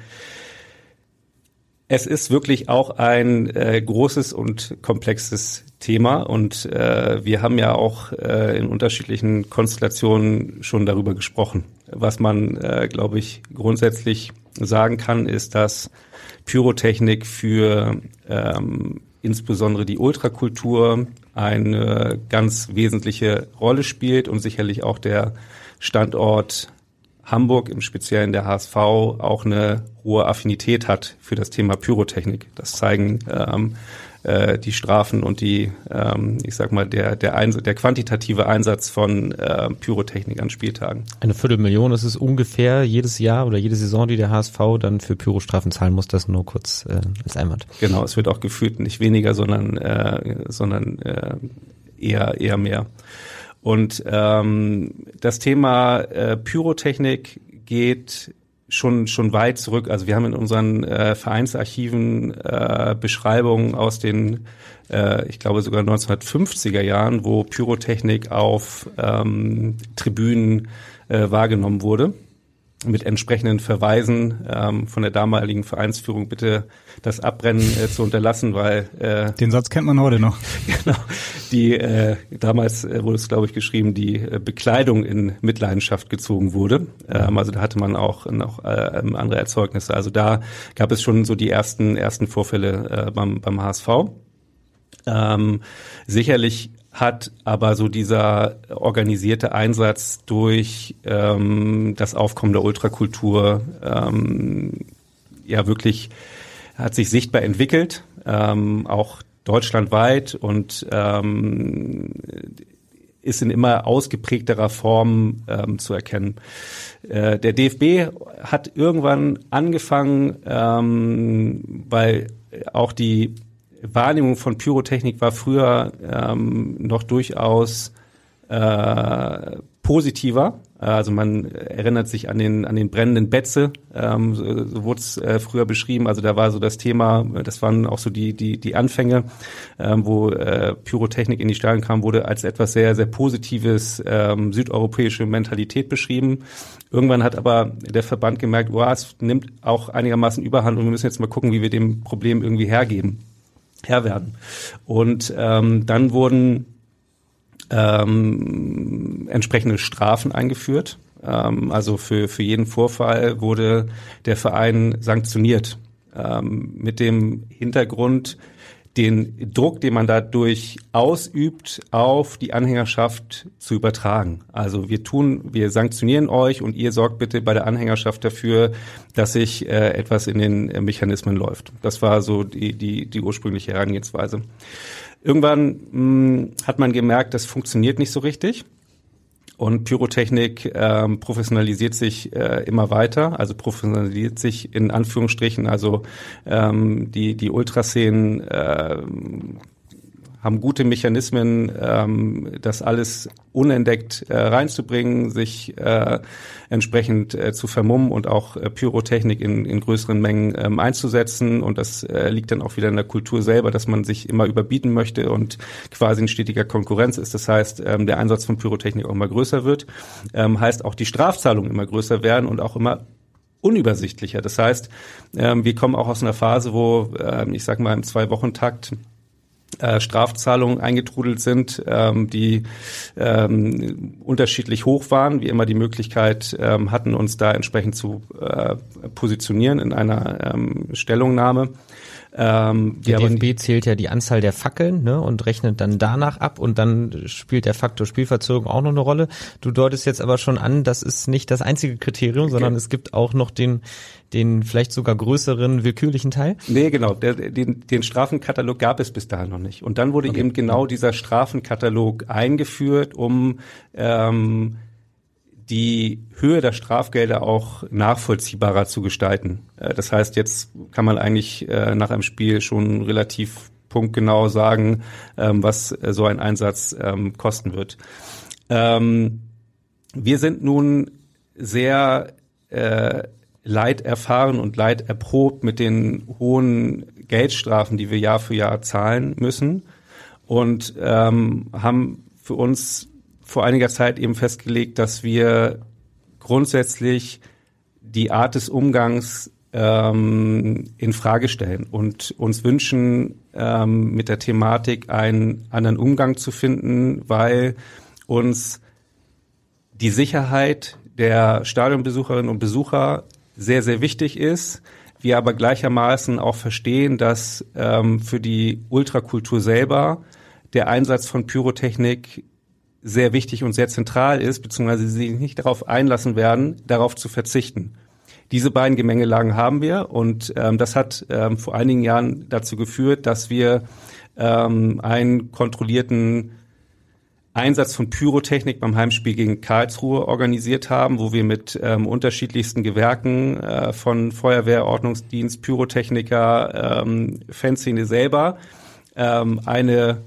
E: es ist wirklich auch ein äh, großes und komplexes Thema und äh, wir haben ja auch äh, in unterschiedlichen Konstellationen schon darüber gesprochen. Was man, äh, glaube ich, grundsätzlich sagen kann, ist, dass Pyrotechnik für ähm, insbesondere die Ultrakultur eine ganz wesentliche Rolle spielt und sicherlich auch der Standort Hamburg, im Speziellen der H S V, auch eine hohe Affinität hat für das Thema Pyrotechnik. Das zeigen ähm, äh, die Strafen und die, ähm, ich sag mal, der der, Einsatz, der quantitative Einsatz von äh, Pyrotechnik an Spieltagen.
C: Eine Viertelmillion ist es ungefähr jedes Jahr oder jede Saison, die der H S V dann für Pyrostrafen zahlen muss. Das nur kurz äh, als Einwand.
E: Genau, es wird auch gefühlt nicht weniger, sondern äh, sondern äh, eher eher mehr. Und ähm, das Thema äh, Pyrotechnik geht schon schon weit zurück. Also wir haben in unseren äh, Vereinsarchiven äh, Beschreibungen aus den, äh, ich glaube sogar neunzehnhundertfünfziger Jahren, wo Pyrotechnik auf ähm, Tribünen äh, wahrgenommen wurde. Mit entsprechenden Verweisen ähm, von der damaligen Vereinsführung bitte das Abbrennen äh, zu unterlassen, weil äh,
D: den Satz kennt man heute noch.
E: Genau, die äh, damals äh, wurde es, glaube ich, geschrieben, die äh, Bekleidung in Mitleidenschaft gezogen wurde. Ähm, also da hatte man auch noch äh, andere Erzeugnisse. Also da gab es schon so die ersten ersten Vorfälle äh, beim beim H S V. Ähm, sicherlich hat aber so dieser organisierte Einsatz durch ähm, das Aufkommen der Ultrakultur ähm, ja wirklich hat sich sichtbar entwickelt, ähm, auch deutschlandweit und ähm, ist in immer ausgeprägterer Form ähm, zu erkennen. Äh, der D F B hat irgendwann angefangen, ähm, weil auch die Wahrnehmung von Pyrotechnik war früher ähm, noch durchaus äh, positiver. Also man erinnert sich an den an den brennenden Betze, ähm, so, so wurde es äh, früher beschrieben. Also da war so das Thema, das waren auch so die die die Anfänge, ähm, wo äh, Pyrotechnik in die Stadien kam, wurde als etwas sehr sehr Positives, ähm, südeuropäische Mentalität beschrieben. Irgendwann hat aber der Verband gemerkt, oh, es nimmt auch einigermaßen Überhand und wir müssen jetzt mal gucken, wie wir dem Problem irgendwie hergeben, Herr werden. Und ähm, dann wurden Ähm, entsprechende Strafen eingeführt. Ähm, also für für jeden Vorfall wurde der Verein sanktioniert. Ähm, mit dem Hintergrund, den Druck, den man dadurch ausübt, auf die Anhängerschaft zu übertragen. Also wir tun, wir sanktionieren euch und ihr sorgt bitte bei der Anhängerschaft dafür, dass sich äh, etwas in den äh, Mechanismen läuft. Das war so die die die ursprüngliche Herangehensweise. Irgendwann mh, hat man gemerkt, das funktioniert nicht so richtig und Pyrotechnik ähm, professionalisiert sich äh, immer weiter, also professionalisiert sich in Anführungsstrichen, also ähm, die die Ultraszenen äh, haben gute Mechanismen, ähm, das alles unentdeckt äh, reinzubringen, sich äh, entsprechend äh, zu vermummen und auch äh, Pyrotechnik in, in größeren Mengen ähm, einzusetzen. Und das äh, liegt dann auch wieder in der Kultur selber, dass man sich immer überbieten möchte und quasi in stetiger Konkurrenz ist. Das heißt, ähm, der Einsatz von Pyrotechnik auch immer größer wird, ähm, heißt auch die Strafzahlungen immer größer werden und auch immer unübersichtlicher. Das heißt, ähm, wir kommen auch aus einer Phase, wo, ähm, ich sag mal, im Zwei-Wochen-Takt Äh, Strafzahlungen eingetrudelt sind, ähm, die ähm, unterschiedlich hoch waren, wir immer die Möglichkeit ähm, hatten, uns da entsprechend zu äh, positionieren in einer ähm, Stellungnahme. Ähm,
C: der D F B zählt ja die Anzahl der Fackeln, ne, und rechnet dann danach ab und dann spielt der Faktor Spielverzögerung auch noch eine Rolle. Du deutest jetzt aber schon an, das ist nicht das einzige Kriterium, okay, sondern es gibt auch noch den den vielleicht sogar größeren willkürlichen Teil?
E: Nee, genau. Der, den, den Strafenkatalog gab es bis dahin noch nicht. Und dann wurde okay. eben genau dieser Strafenkatalog eingeführt, um ähm, die Höhe der Strafgelder auch nachvollziehbarer zu gestalten. Äh, das heißt, jetzt kann man eigentlich äh, nach einem Spiel schon relativ punktgenau sagen, ähm, was äh, so ein Einsatz ähm, kosten wird. Ähm, wir sind nun sehr äh, Leid erfahren und Leid erprobt mit den hohen Geldstrafen, die wir Jahr für Jahr zahlen müssen, und ähm, haben für uns vor einiger Zeit eben festgelegt, dass wir grundsätzlich die Art des Umgangs ähm, in Frage stellen und uns wünschen, ähm, mit der Thematik einen anderen Umgang zu finden, weil uns die Sicherheit der Stadionbesucherinnen und Besucher sehr, sehr wichtig ist. Wir aber gleichermaßen auch verstehen, dass ähm, für die Ultrakultur selber der Einsatz von Pyrotechnik sehr wichtig und sehr zentral ist, beziehungsweise sie sich nicht darauf einlassen werden, darauf zu verzichten. Diese beiden Gemengelagen haben wir, und ähm, das hat ähm, vor einigen Jahren dazu geführt, dass wir ähm, einen kontrollierten Einsatz von Pyrotechnik beim Heimspiel gegen Karlsruhe organisiert haben, wo wir mit ähm, unterschiedlichsten Gewerken äh, von Feuerwehr, Ordnungsdienst, Pyrotechniker, ähm, Fanszene selber ähm, eine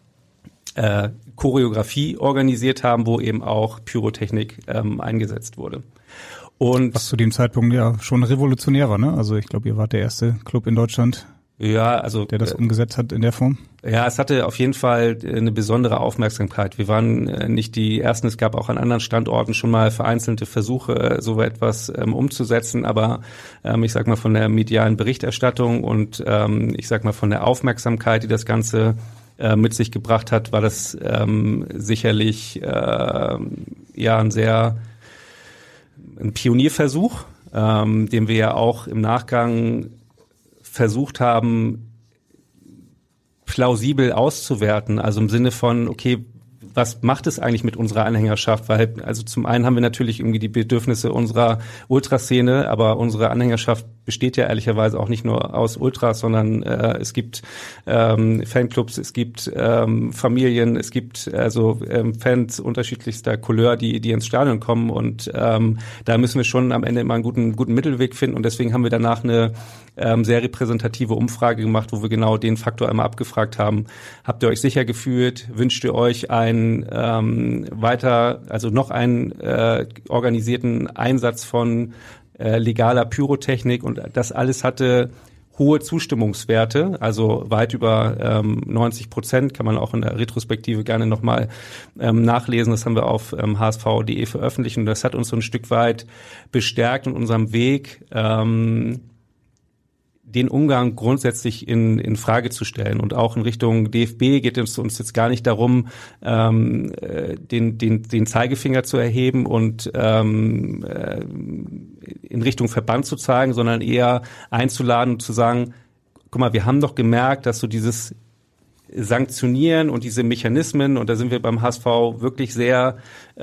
E: äh, Choreografie organisiert haben, wo eben auch Pyrotechnik ähm, eingesetzt wurde. Und
D: was zu dem Zeitpunkt ja schon revolutionär war, ne? Also ich glaube, ihr wart der erste Club in Deutschland,
E: ja, also
D: der das umgesetzt hat in der Form.
E: Ja, es hatte auf jeden Fall eine besondere Aufmerksamkeit. Wir waren nicht die Ersten, es gab auch an anderen Standorten schon mal vereinzelte Versuche, so etwas ähm, umzusetzen, aber ähm, ich sag mal von der medialen Berichterstattung und ähm, ich sag mal von der Aufmerksamkeit, die das Ganze äh, mit sich gebracht hat, war das ähm, sicherlich äh, ja ein sehr ein Pionierversuch, ähm, den wir ja auch im Nachgang versucht haben, plausibel auszuwerten, also im Sinne von, okay, was macht es eigentlich mit unserer Anhängerschaft? Weil, also zum einen haben wir natürlich irgendwie die Bedürfnisse unserer Ultraszene, aber unsere Anhängerschaft besteht ja ehrlicherweise auch nicht nur aus Ultras, sondern äh, es gibt ähm, Fanclubs, es gibt ähm, Familien, es gibt also ähm, Fans unterschiedlichster Couleur, die die ins Stadion kommen und ähm, da müssen wir schon am Ende immer einen guten guten Mittelweg finden und deswegen haben wir danach eine ähm, sehr repräsentative Umfrage gemacht, wo wir genau den Faktor einmal abgefragt haben. Habt ihr euch sicher gefühlt? Wünscht ihr euch einen ähm, weiter, also noch einen äh, organisierten Einsatz von äh, legaler Pyrotechnik? Und das alles hatte hohe Zustimmungswerte, also weit über ähm, neunzig Prozent, kann man auch in der Retrospektive gerne nochmal ähm, nachlesen. Das haben wir auf ähm, h s v punkt d e veröffentlicht und das hat uns so ein Stück weit bestärkt in unserem Weg, ähm, den Umgang grundsätzlich in, in Frage zu stellen. Und auch in Richtung D F B geht es uns jetzt gar nicht darum, ähm, den, den, den Zeigefinger zu erheben und ähm, in Richtung Verband zu zeigen, sondern eher einzuladen und zu sagen, guck mal, wir haben doch gemerkt, dass so dieses Sanktionieren und diese Mechanismen, und da sind wir beim H S V wirklich sehr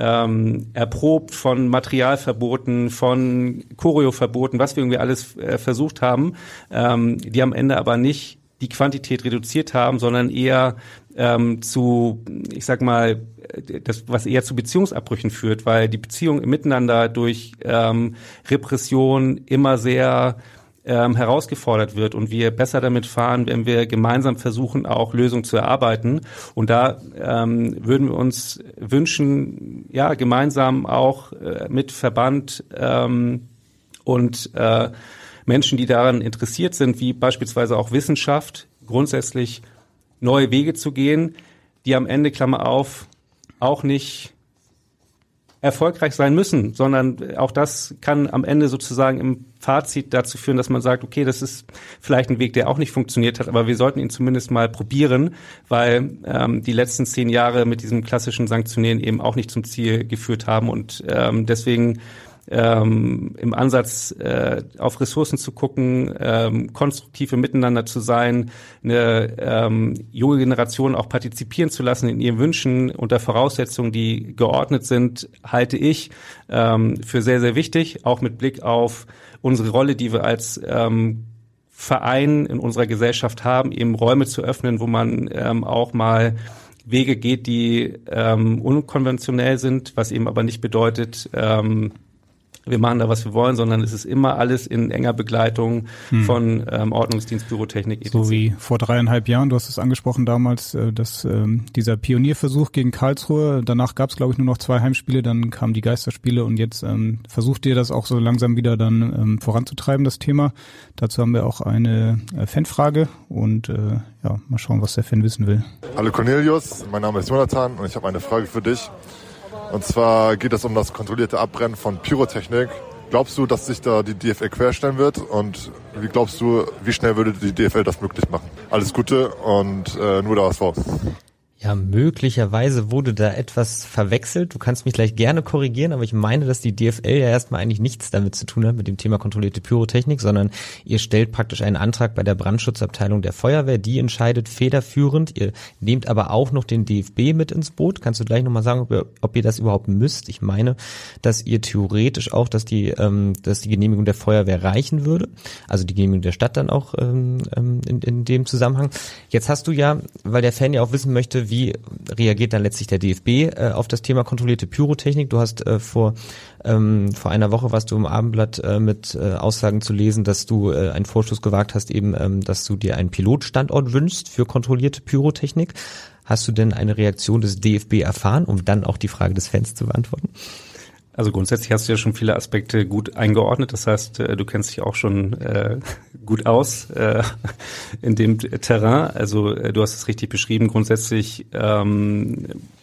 E: ähm, erprobt von Materialverboten, von Choreoverboten, was wir irgendwie alles äh, versucht haben, ähm, die am Ende aber nicht die Quantität reduziert haben, sondern eher ähm, zu, ich sag mal, das, was eher zu Beziehungsabbrüchen führt, weil die Beziehung im Miteinander durch ähm, Repression immer sehr Ähm, herausgefordert wird und wir besser damit fahren, wenn wir gemeinsam versuchen, auch Lösungen zu erarbeiten. Und da ähm, würden wir uns wünschen, ja, gemeinsam auch äh, mit Verband ähm, und äh, Menschen, die daran interessiert sind, wie beispielsweise auch Wissenschaft, grundsätzlich neue Wege zu gehen, die am Ende, Klammer auf, auch nicht erfolgreich sein müssen, sondern auch das kann am Ende sozusagen im Fazit dazu führen, dass man sagt, okay, das ist vielleicht ein Weg, der auch nicht funktioniert hat, aber wir sollten ihn zumindest mal probieren, weil ähm, die letzten zehn Jahre mit diesem klassischen Sanktionieren eben auch nicht zum Ziel geführt haben und ähm, deswegen ähm, im Ansatz äh, auf Ressourcen zu gucken, ähm, konstruktiv im Miteinander zu sein, eine ähm, junge Generation auch partizipieren zu lassen in ihren Wünschen unter Voraussetzungen, die geordnet sind, halte ich ähm, für sehr, sehr wichtig, auch mit Blick auf unsere Rolle, die wir als ähm, Verein in unserer Gesellschaft haben, eben Räume zu öffnen, wo man ähm, auch mal Wege geht, die ähm, unkonventionell sind, was eben aber nicht bedeutet, ähm, wir machen da, was wir wollen, sondern es ist immer alles in enger Begleitung hm. von ähm, Ordnungsdienst, Pyrotechnik, et cetera.
D: So wie vor dreieinhalb Jahren, du hast es angesprochen damals, äh, dass ähm, dieser Pionierversuch gegen Karlsruhe, danach gab es, glaube ich, nur noch zwei Heimspiele, dann kamen die Geisterspiele und jetzt ähm, versucht ihr das auch so langsam wieder dann ähm, voranzutreiben, das Thema. Dazu haben wir auch eine äh, Fanfrage und äh, ja, mal schauen, was der Fan wissen will.
G: Hallo Cornelius, mein Name ist Jonathan und ich habe eine Frage für dich. Und zwar geht es um das kontrollierte Abbrennen von Pyrotechnik. Glaubst du, dass sich da die D F L querstellen wird? Und wie glaubst du, wie schnell würde die D F L das möglich machen? Alles Gute und äh, nur der H S V.
C: Ja, möglicherweise wurde da etwas verwechselt. Du kannst mich gleich gerne korrigieren, aber ich meine, dass die D F L ja erstmal eigentlich nichts damit zu tun hat, mit dem Thema kontrollierte Pyrotechnik, sondern ihr stellt praktisch einen Antrag bei der Brandschutzabteilung der Feuerwehr, die entscheidet federführend. Ihr nehmt aber auch noch den D F B mit ins Boot. Kannst du gleich nochmal sagen, ob ihr, ob ihr das überhaupt müsst? Ich meine, dass ihr theoretisch auch, dass die, ähm, dass die Genehmigung der Feuerwehr reichen würde, also die Genehmigung der Stadt dann auch ähm, in, in dem Zusammenhang. Jetzt hast du ja, weil der Fan ja auch wissen möchte, wie reagiert dann letztlich der D F B äh, auf das Thema kontrollierte Pyrotechnik? Du hast äh, vor ähm, vor einer Woche warst du im Abendblatt äh, mit äh, Aussagen zu lesen, dass du äh, einen Vorstoß gewagt hast, eben, ähm, dass du dir einen Pilotstandort wünschst für kontrollierte Pyrotechnik. Hast du denn eine Reaktion des D F B erfahren, um dann auch die Frage des Fans zu beantworten?
E: Also grundsätzlich hast du ja schon viele Aspekte gut eingeordnet. Das heißt, du kennst dich auch schon äh, gut aus äh, in dem Terrain. Also du hast es richtig beschrieben. Grundsätzlich ähm,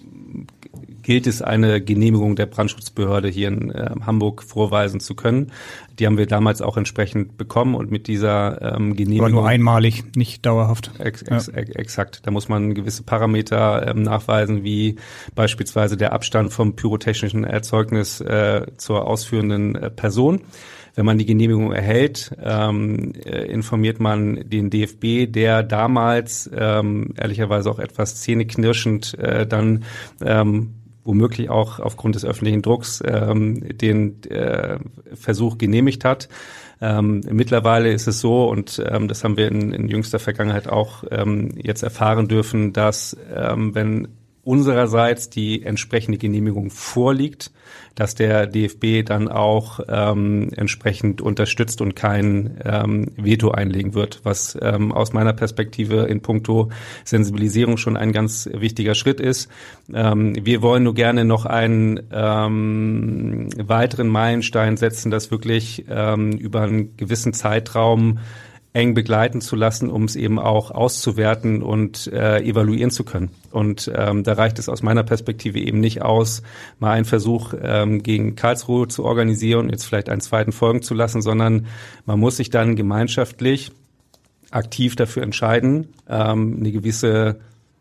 E: gilt es, eine Genehmigung der Brandschutzbehörde hier in äh, Hamburg vorweisen zu können. Die haben wir damals auch entsprechend bekommen und mit dieser ähm, Genehmigung...
D: Aber nur einmalig, nicht dauerhaft.
E: Ex, ex, ja. ex, exakt. Da muss man gewisse Parameter ähm, nachweisen, wie beispielsweise der Abstand vom pyrotechnischen Erzeugnis äh, zur ausführenden äh, Person. Wenn man die Genehmigung erhält, ähm, äh, informiert man den D F B, der damals ähm, ehrlicherweise auch etwas zähneknirschend äh, dann ähm, womöglich auch aufgrund des öffentlichen Drucks ähm, den äh, Versuch genehmigt hat. Ähm, mittlerweile ist es so, und ähm, das haben wir in, in jüngster Vergangenheit auch ähm, jetzt erfahren dürfen, dass ähm, wenn unsererseits die entsprechende Genehmigung vorliegt, dass der D F B dann auch ähm, entsprechend unterstützt und kein ähm, Veto einlegen wird, was ähm, aus meiner Perspektive in puncto Sensibilisierung schon ein ganz wichtiger Schritt ist. Ähm, wir wollen nur gerne noch einen ähm, weiteren Meilenstein setzen, dass wirklich ähm, über einen gewissen Zeitraum eng begleiten zu lassen, um es eben auch auszuwerten und äh, evaluieren zu können. Und ähm, da reicht es aus meiner Perspektive eben nicht aus, mal einen Versuch ähm, gegen Karlsruhe zu organisieren und jetzt vielleicht einen zweiten folgen zu lassen, sondern man muss sich dann gemeinschaftlich aktiv dafür entscheiden, ähm, eine gewisse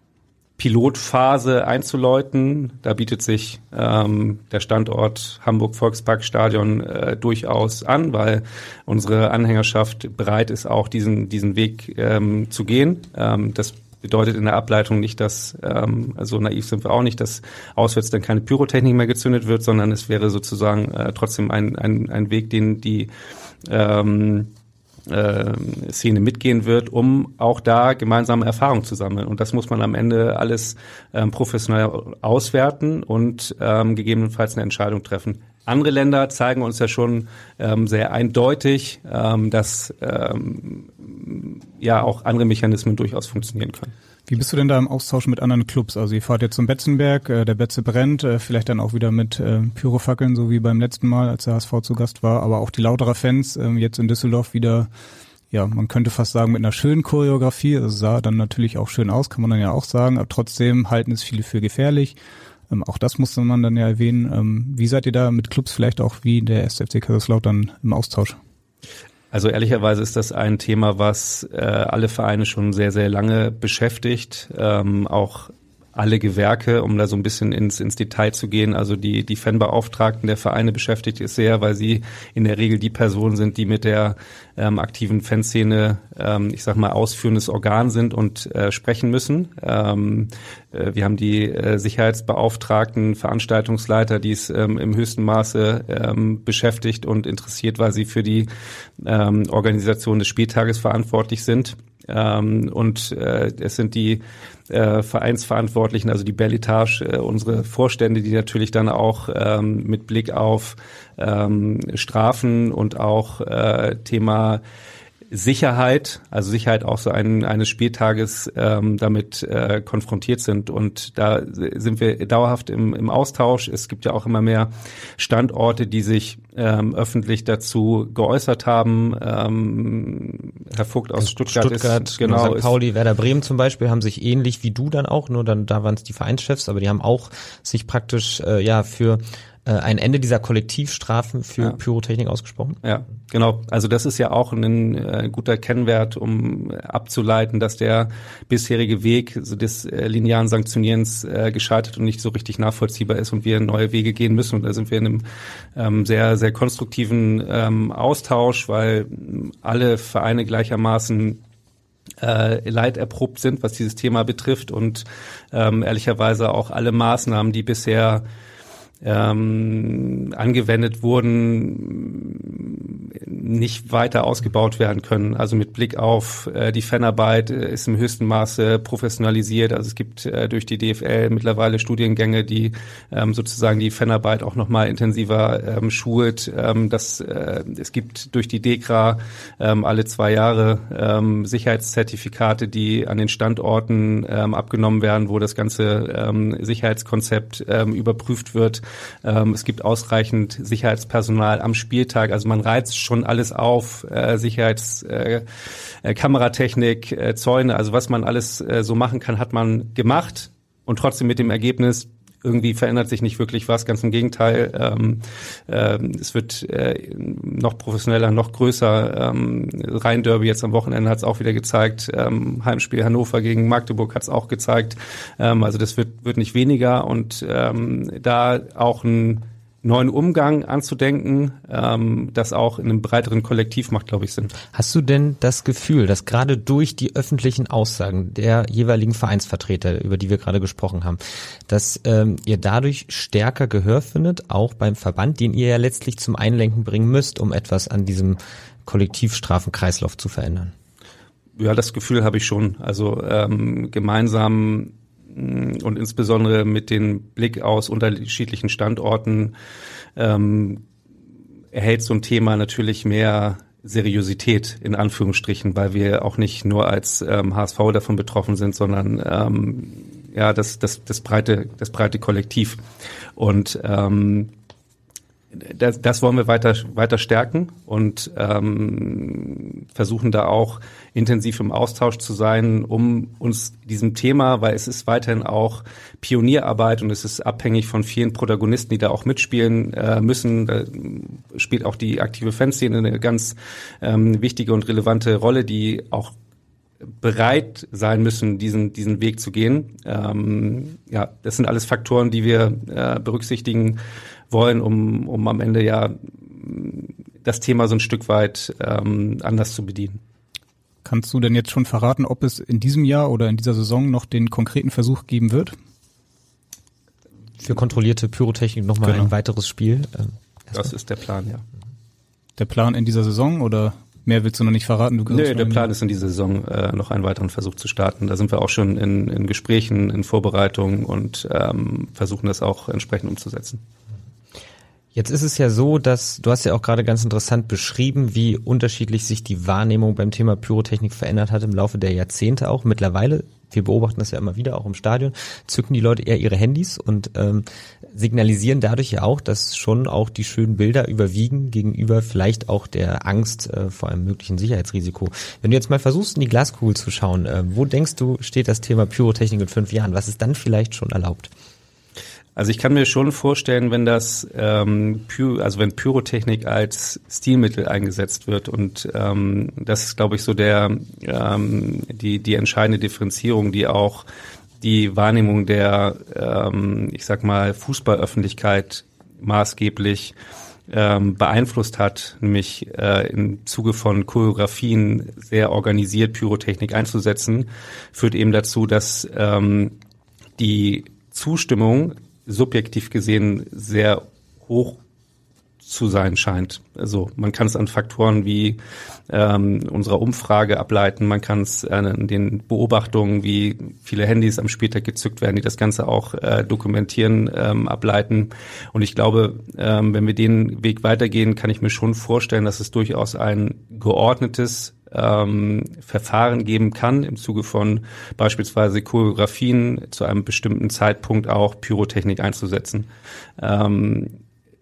E: Pilotphase einzuläuten. Da bietet sich ähm, der Standort Hamburg-Volksparkstadion äh, durchaus an, weil unsere Anhängerschaft bereit ist, auch diesen diesen Weg ähm, zu gehen. Ähm, das bedeutet in der Ableitung nicht, dass, ähm, also naiv sind wir auch nicht, dass auswärts dann keine Pyrotechnik mehr gezündet wird, sondern es wäre sozusagen äh, trotzdem ein, ein, ein Weg, den die ähm, Äh, Szene mitgehen wird, um auch da gemeinsame Erfahrungen zu sammeln. Und das muss man am Ende alles ähm, professionell auswerten und ähm, gegebenenfalls eine Entscheidung treffen. Andere Länder zeigen uns ja schon ähm, sehr eindeutig, ähm, dass ähm, ja auch andere Mechanismen durchaus funktionieren können.
D: Wie bist du denn da im Austausch mit anderen Clubs? Also ihr fahrt jetzt zum Betzenberg, äh, der Betze brennt, äh, vielleicht dann auch wieder mit äh, Pyrofackeln, so wie beim letzten Mal, als der H S V zu Gast war, aber auch die Lauterer Fans äh, jetzt in Düsseldorf wieder, ja, man könnte fast sagen, mit einer schönen Choreografie, also sah dann natürlich auch schön aus, kann man dann ja auch sagen, aber trotzdem halten es viele für gefährlich. Ähm, auch das musste man dann ja erwähnen. Ähm, wie seid ihr da mit Clubs vielleicht auch wie der S F C Kaiserslautern im Austausch?
E: Also ehrlicherweise ist das ein Thema, was äh, alle Vereine schon sehr, sehr lange beschäftigt, ähm, auch alle Gewerke, um da so ein bisschen ins, ins Detail zu gehen. Also die, die Fanbeauftragten der Vereine beschäftigt es sehr, weil sie in der Regel die Personen sind, die mit der ähm, aktiven Fanszene, ähm, ich sag mal, ausführendes Organ sind und äh, sprechen müssen. Ähm, äh, wir haben die äh, Sicherheitsbeauftragten, Veranstaltungsleiter, die es ähm, im höchsten Maße ähm, beschäftigt und interessiert, weil sie für die ähm, Organisation des Spieltages verantwortlich sind. Ähm, und äh, es sind die äh, Vereinsverantwortlichen, also die Belletage, äh, unsere Vorstände, die natürlich dann auch ähm, mit Blick auf ähm, Strafen und auch äh, Thema Sicherheit, also Sicherheit auch so ein, eines Spieltages ähm, damit äh, konfrontiert sind. Und da sind wir dauerhaft im, im Austausch. Es gibt ja auch immer mehr Standorte, die sich ähm, öffentlich dazu geäußert haben. Ähm, Herr Vogt aus Stuttgart,
C: Stuttgart
E: ist, genau,
C: Sankt Pauli, Werder Bremen zum Beispiel haben sich ähnlich wie du dann auch, nur dann da waren es die Vereinschefs, aber die haben auch sich praktisch äh, ja für ein Ende dieser Kollektivstrafen für ja. Pyrotechnik ausgesprochen?
E: Ja, genau. Also das ist ja auch ein äh, guter Kennwert, um abzuleiten, dass der bisherige Weg so des äh, linearen Sanktionierens äh, gescheitert und nicht so richtig nachvollziehbar ist und wir neue Wege gehen müssen. Und da sind wir in einem ähm, sehr, sehr konstruktiven ähm, Austausch, weil alle Vereine gleichermaßen äh, leiderprobt sind, was dieses Thema betrifft und ähm, ehrlicherweise auch alle Maßnahmen, die bisher Ähm, angewendet wurden, nicht weiter ausgebaut werden können. Also mit Blick auf äh, die Fanarbeit äh, ist im höchsten Maße professionalisiert. Also es gibt äh, durch die D F L mittlerweile Studiengänge, die ähm, sozusagen die Fanarbeit auch nochmal intensiver ähm, schult. Ähm, das, äh, es gibt durch die DEKRA ähm, alle zwei Jahre ähm, Sicherheitszertifikate, die an den Standorten ähm, abgenommen werden, wo das ganze ähm, Sicherheitskonzept ähm, überprüft wird. Ähm, es gibt ausreichend Sicherheitspersonal am Spieltag. Also man reizt schon alles auf, äh, Sicherheits, äh, äh, Kameratechnik, äh, Zäune, also was man alles äh, so machen kann, hat man gemacht und trotzdem mit dem Ergebnis, irgendwie verändert sich nicht wirklich was, ganz im Gegenteil. Ähm, äh, es wird äh, noch professioneller, noch größer. Ähm, Rhein-Derby jetzt am Wochenende hat es auch wieder gezeigt. Ähm, Heimspiel Hannover gegen Magdeburg hat es auch gezeigt. Ähm, also das wird, wird nicht weniger und ähm, da auch ein neuen Umgang anzudenken, ähm, das auch in einem breiteren Kollektiv macht, glaube ich, Sinn.
C: Hast du denn das Gefühl, dass gerade durch die öffentlichen Aussagen der jeweiligen Vereinsvertreter, über die wir gerade gesprochen haben, dass ähm, ihr dadurch stärker Gehör findet, auch beim Verband, den ihr ja letztlich zum Einlenken bringen müsst, um etwas an diesem Kollektivstrafenkreislauf zu verändern?
E: Ja, das Gefühl habe ich schon. Also ähm, gemeinsam und insbesondere mit dem Blick aus unterschiedlichen Standorten ähm, erhält so ein Thema natürlich mehr Seriosität in Anführungsstrichen, weil wir auch nicht nur als ähm, H S V davon betroffen sind, sondern ähm, ja das das das breite das breite Kollektiv. Und ähm, Das, das wollen wir weiter weiter stärken und ähm, versuchen da auch intensiv im Austausch zu sein, um uns diesem Thema, weil es ist weiterhin auch Pionierarbeit und es ist abhängig von vielen Protagonisten, die da auch mitspielen äh, müssen. Da spielt auch die aktive Fanszene eine ganz ähm, wichtige und relevante Rolle, die auch bereit sein müssen, diesen diesen Weg zu gehen. Ähm, ja, das sind alles Faktoren, die wir äh, berücksichtigen wollen, um um am Ende ja das Thema so ein Stück weit ähm, anders zu bedienen.
D: Kannst du denn jetzt schon verraten, ob es in diesem Jahr oder in dieser Saison noch den konkreten Versuch geben wird?
C: Für kontrollierte Pyrotechnik nochmal
D: Genau.
C: ein weiteres Spiel? Ähm,
E: Das ist der Plan, ja.
D: Der Plan in dieser Saison oder mehr willst du noch nicht verraten? Du
E: Nee, der Plan ist in dieser Saison äh, noch einen weiteren Versuch zu starten. Da sind wir auch schon in, in Gesprächen, in Vorbereitungen und ähm, versuchen das auch entsprechend umzusetzen.
C: Jetzt ist es ja so, dass, du hast ja auch gerade ganz interessant beschrieben, wie unterschiedlich sich die Wahrnehmung beim Thema Pyrotechnik verändert hat im Laufe der Jahrzehnte auch. Mittlerweile, wir beobachten das ja immer wieder, auch im Stadion, zücken die Leute eher ihre Handys und ähm, signalisieren dadurch ja auch, dass schon auch die schönen Bilder überwiegen gegenüber vielleicht auch der Angst äh, vor einem möglichen Sicherheitsrisiko. Wenn du jetzt mal versuchst, in die Glaskugel zu schauen, äh, wo denkst du, steht das Thema Pyrotechnik in fünf Jahren? Was ist dann vielleicht schon erlaubt?
E: Also ich kann mir schon vorstellen, wenn das, ähm, Py- also wenn Pyrotechnik als Stilmittel eingesetzt wird und ähm, das ist, glaube ich, so der ähm, die die entscheidende Differenzierung, die auch die Wahrnehmung der, ähm, ich sag mal, Fußballöffentlichkeit maßgeblich ähm, beeinflusst hat, nämlich äh, im Zuge von Choreografien sehr organisiert Pyrotechnik einzusetzen, führt eben dazu, dass ähm, die Zustimmung subjektiv gesehen sehr hoch zu sein scheint. Also man kann es an Faktoren wie ähm, unserer Umfrage ableiten, man kann es an den Beobachtungen, wie viele Handys am Spieltag gezückt werden, die das Ganze auch äh, dokumentieren, ähm, ableiten. Und ich glaube, ähm, wenn wir den Weg weitergehen, kann ich mir schon vorstellen, dass es durchaus ein geordnetes ähm, Verfahren geben kann, im Zuge von beispielsweise Choreografien zu einem bestimmten Zeitpunkt auch Pyrotechnik einzusetzen. Ähm,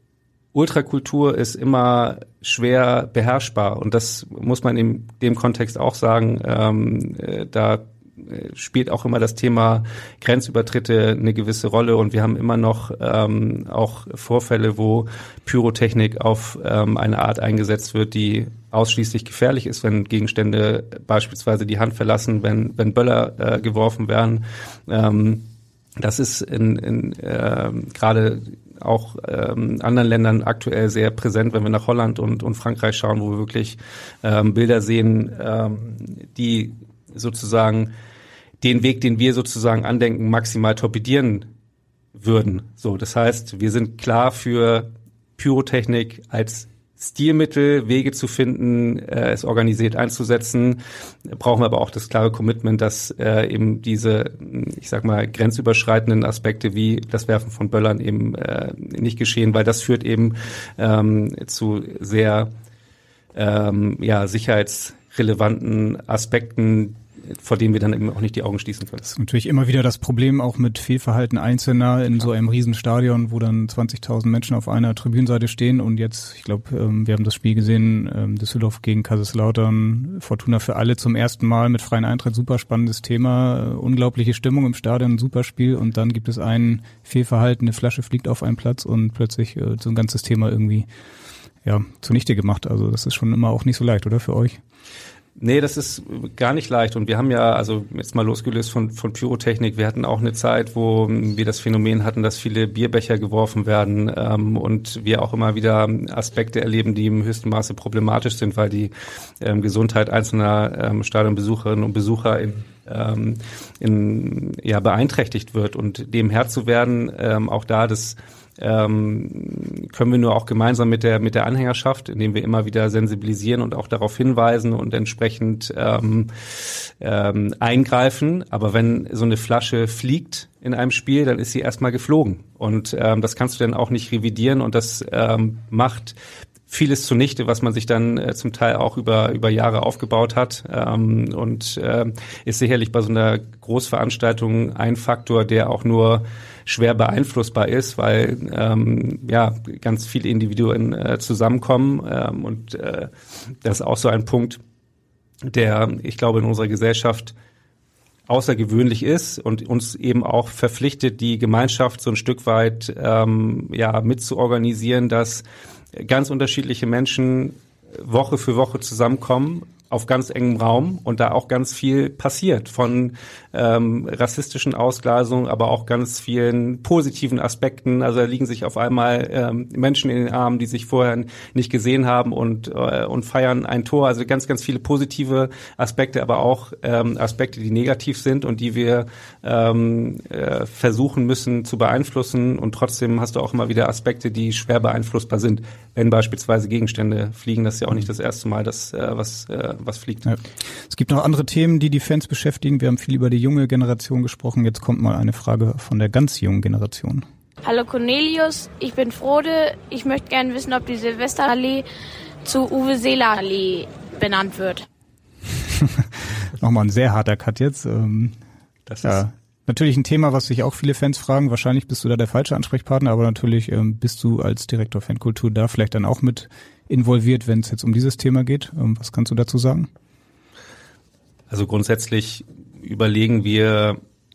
E: Ultrakultur ist immer schwer beherrschbar und das muss man in dem Kontext auch sagen. Ähm, äh, da spielt auch immer das Thema Grenzübertritte eine gewisse Rolle und wir haben immer noch ähm, auch Vorfälle, wo Pyrotechnik auf ähm, eine Art eingesetzt wird, die ausschließlich gefährlich ist, wenn Gegenstände beispielsweise die Hand verlassen, wenn wenn Böller äh, geworfen werden. Ähm, das ist in, in äh, gerade auch ähm, anderen Ländern aktuell sehr präsent, wenn wir nach Holland und, und Frankreich schauen, wo wir wirklich ähm, Bilder sehen, ähm, die sozusagen den Weg, den wir sozusagen andenken, maximal torpedieren würden. So, das heißt, wir sind klar für Pyrotechnik als Stilmittel, Wege zu finden, äh, es organisiert einzusetzen, brauchen wir aber auch das klare Commitment, dass äh, eben diese, ich sag mal, grenzüberschreitenden Aspekte wie das Werfen von Böllern eben äh, nicht geschehen, weil das führt eben ähm, zu sehr ähm, ja sicherheitsrelevanten Aspekten, vor denen wir dann eben auch nicht die Augen schließen können.
D: Das ist natürlich immer wieder das Problem auch mit Fehlverhalten Einzelner in so einem Riesenstadion, wo dann zwanzigtausend Menschen auf einer Tribünenseite stehen und jetzt, ich glaube, wir haben das Spiel gesehen, Düsseldorf gegen Kaiserslautern, Fortuna für alle zum ersten Mal mit freien Eintritt, super spannendes Thema, unglaubliche Stimmung im Stadion, super Spiel und dann gibt es ein Fehlverhalten, eine Flasche fliegt auf einen Platz und plötzlich so ein ganzes Thema irgendwie ja zunichte gemacht. Also das ist schon immer auch nicht so leicht, oder, für euch?
E: Nee, das ist gar nicht leicht. Und wir haben ja, also jetzt mal losgelöst von, von Pyrotechnik, wir hatten auch eine Zeit, wo wir das Phänomen hatten, dass viele Bierbecher geworfen werden ähm, und wir auch immer wieder Aspekte erleben, die im höchsten Maße problematisch sind, weil die ähm, Gesundheit einzelner ähm, Stadionbesucherinnen und Besucher in, ähm, in, ja, beeinträchtigt wird. Und dem Herr zu werden, ähm, auch da das Ähm, können wir nur auch gemeinsam mit der mit der Anhängerschaft, indem wir immer wieder sensibilisieren und auch darauf hinweisen und entsprechend ähm, ähm, eingreifen. Aber wenn so eine Flasche fliegt in einem Spiel, dann ist sie erstmal geflogen und ähm, das kannst du dann auch nicht revidieren und das ähm, macht vieles zunichte, was man sich dann äh, zum Teil auch über über Jahre aufgebaut hat ähm, und äh, ist sicherlich bei so einer Großveranstaltung ein Faktor, der auch nur schwer beeinflussbar ist, weil ähm, ja ganz viele Individuen äh, zusammenkommen ähm, und äh, das ist auch so ein Punkt, der, ich glaube, in unserer Gesellschaft außergewöhnlich ist und uns eben auch verpflichtet, die Gemeinschaft so ein Stück weit ähm, ja mitzuorganisieren, dass ganz unterschiedliche Menschen Woche für Woche zusammenkommen auf ganz engem Raum und da auch ganz viel passiert von ähm, rassistischen Ausglasungen, aber auch ganz vielen positiven Aspekten. Also da liegen sich auf einmal ähm, Menschen in den Armen, die sich vorher nicht gesehen haben und äh, und feiern ein Tor. Also ganz, ganz viele positive Aspekte, aber auch ähm, Aspekte, die negativ sind und die wir ähm, äh, versuchen müssen zu beeinflussen. Und trotzdem hast du auch immer wieder Aspekte, die schwer beeinflussbar sind, wenn beispielsweise Gegenstände fliegen. Das ist ja auch nicht das erste Mal, dass äh, was äh, was fliegt.
D: Ja. Es gibt noch andere Themen, die die Fans beschäftigen. Wir haben viel über die junge Generation gesprochen. Jetzt kommt mal eine Frage von der ganz jungen Generation.
H: Hallo Cornelius, ich bin Frode. Ich möchte gerne wissen, ob die Silvesterallee zu Uwe-Seeler-Allee benannt wird.
D: Nochmal ein sehr harter Cut jetzt. Ähm,
E: das
D: ja,
E: ist
D: natürlich ein Thema, was sich auch viele Fans fragen. Wahrscheinlich bist du da der falsche Ansprechpartner, aber natürlich ähm, bist du als Direktor Fankultur da vielleicht dann auch mit involviert, wenn es jetzt um dieses Thema geht. Ähm, was kannst du dazu sagen?
E: Also grundsätzlich überlegen wir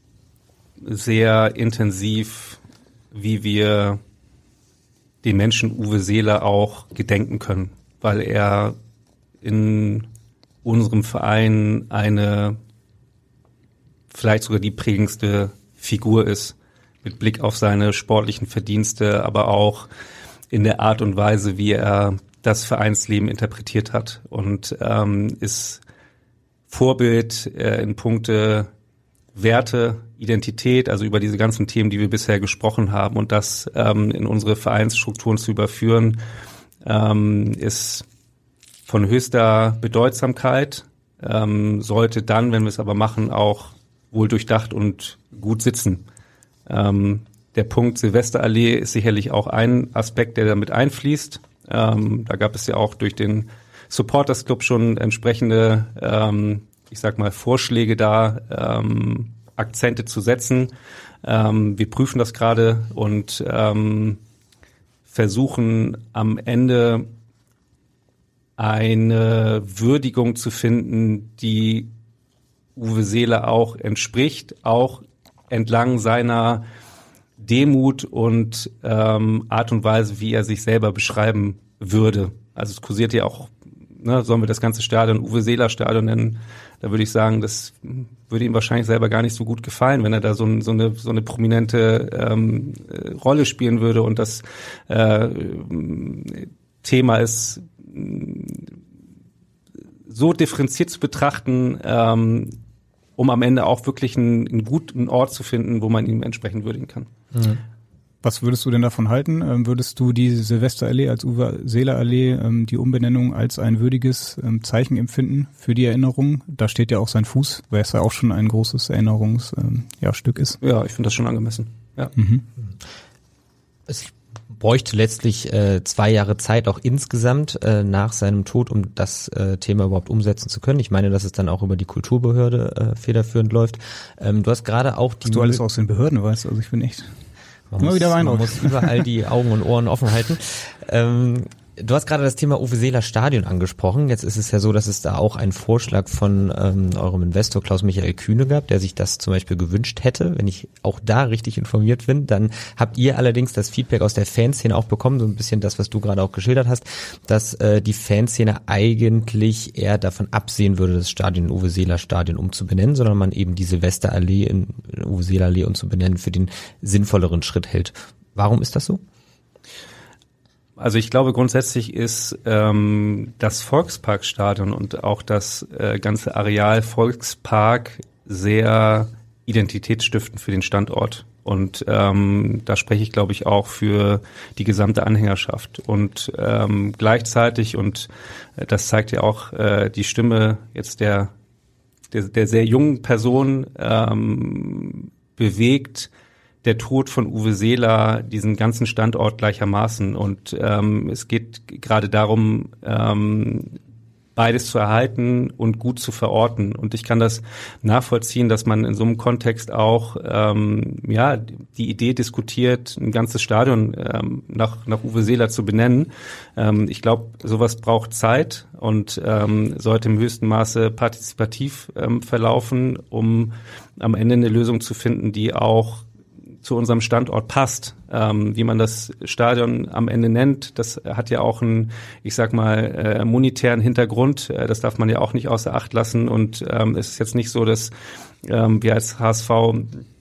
E: sehr intensiv, wie wir den Menschen Uwe Seeler auch gedenken können, weil er in unserem Verein eine vielleicht sogar die prägendste Figur ist, mit Blick auf seine sportlichen Verdienste, aber auch in der Art und Weise, wie er das Vereinsleben interpretiert hat und ähm, ist Vorbild äh, in Punkte Werte, Identität, also über diese ganzen Themen, die wir bisher gesprochen haben und das ähm, in unsere Vereinsstrukturen zu überführen, ähm, ist von höchster Bedeutsamkeit, ähm, sollte dann, wenn wir es aber machen, auch wohl durchdacht und gut sitzen. Ähm, der Punkt Silvesterallee ist sicherlich auch ein Aspekt, der damit einfließt. Ähm, da gab es ja auch durch den Supporters Club schon entsprechende, ähm, ich sag mal, Vorschläge da, ähm, Akzente zu setzen. Ähm, wir prüfen das gerade und ähm, versuchen am Ende eine Würdigung zu finden, die Uwe Seeler auch entspricht, auch entlang seiner Demut und ähm, Art und Weise, wie er sich selber beschreiben würde. Also es kursiert ja auch, ne, sollen wir das ganze Stadion Uwe Seeler Stadion nennen? Da würde ich sagen, das würde ihm wahrscheinlich selber gar nicht so gut gefallen, wenn er da so, ein, so eine so eine prominente ähm, Rolle spielen würde und das äh, Thema ist so differenziert zu betrachten, ähm, um am Ende auch wirklich einen, einen guten Ort zu finden, wo man ihn entsprechend würdigen kann.
D: Mhm. Was würdest du denn davon halten? Ähm, würdest du die Silvesterallee als Uwe-Seeler-Allee, ähm, die Umbenennung als ein würdiges ähm, Zeichen empfinden für die Erinnerung? Da steht ja auch sein Fuß, weil es ja auch schon ein großes Erinnerungsstück ähm, ja, Stück ist.
E: Ja, ich finde das schon angemessen. Ja.
D: Mhm.
C: Es bräuchte letztlich äh, zwei Jahre Zeit auch insgesamt äh, nach seinem Tod, um das äh, Thema überhaupt umsetzen zu können. Ich meine, dass es dann auch über die Kulturbehörde äh, federführend läuft. Ähm, du hast gerade auch die...
D: Was du alles aus den Behörden weißt, also ich bin echt...
C: Man, muss, man muss überall die Augen und Ohren offen halten. Ähm, Du hast gerade das Thema Uwe Seeler Stadion angesprochen. Jetzt ist es ja so, dass es da auch einen Vorschlag von ähm, eurem Investor Klaus-Michael Kühne gab, der sich das zum Beispiel gewünscht hätte. Wenn ich auch da richtig informiert bin, dann habt ihr allerdings das Feedback aus der Fanszene auch bekommen, so ein bisschen das, was du gerade auch geschildert hast, dass äh, die Fanszene eigentlich eher davon absehen würde, das Stadion in Uwe Seeler Stadion umzubenennen, sondern man eben die Silvesterallee in Uwe Seeler Allee umzubenennen für den sinnvolleren Schritt hält. Warum ist das so?
E: Also ich glaube, grundsätzlich ist ähm, das Volksparkstadion und auch das äh, ganze Areal Volkspark sehr identitätsstiftend für den Standort. Und ähm, da spreche ich, glaube ich, auch für die gesamte Anhängerschaft. Und ähm, gleichzeitig, und das zeigt ja auch äh, die Stimme jetzt der, der, der sehr jungen Person, ähm, bewegt der Tod von Uwe Seeler diesen ganzen Standort gleichermaßen. Und ähm, es geht gerade darum, ähm, beides zu erhalten und gut zu verorten. Und ich kann das nachvollziehen, dass man in so einem Kontext auch ähm, ja die Idee diskutiert, ein ganzes Stadion ähm, nach nach Uwe Seeler zu benennen. Ähm, ich glaube, sowas braucht Zeit und ähm, sollte im höchsten Maße partizipativ ähm, verlaufen, um am Ende eine Lösung zu finden, die auch zu unserem Standort passt. Ähm, wie man das Stadion am Ende nennt, das hat ja auch einen, ich sag mal, äh, monetären Hintergrund. Äh, das darf man ja auch nicht außer Acht lassen. Und ähm, es ist jetzt nicht so, dass ähm, wir als H S V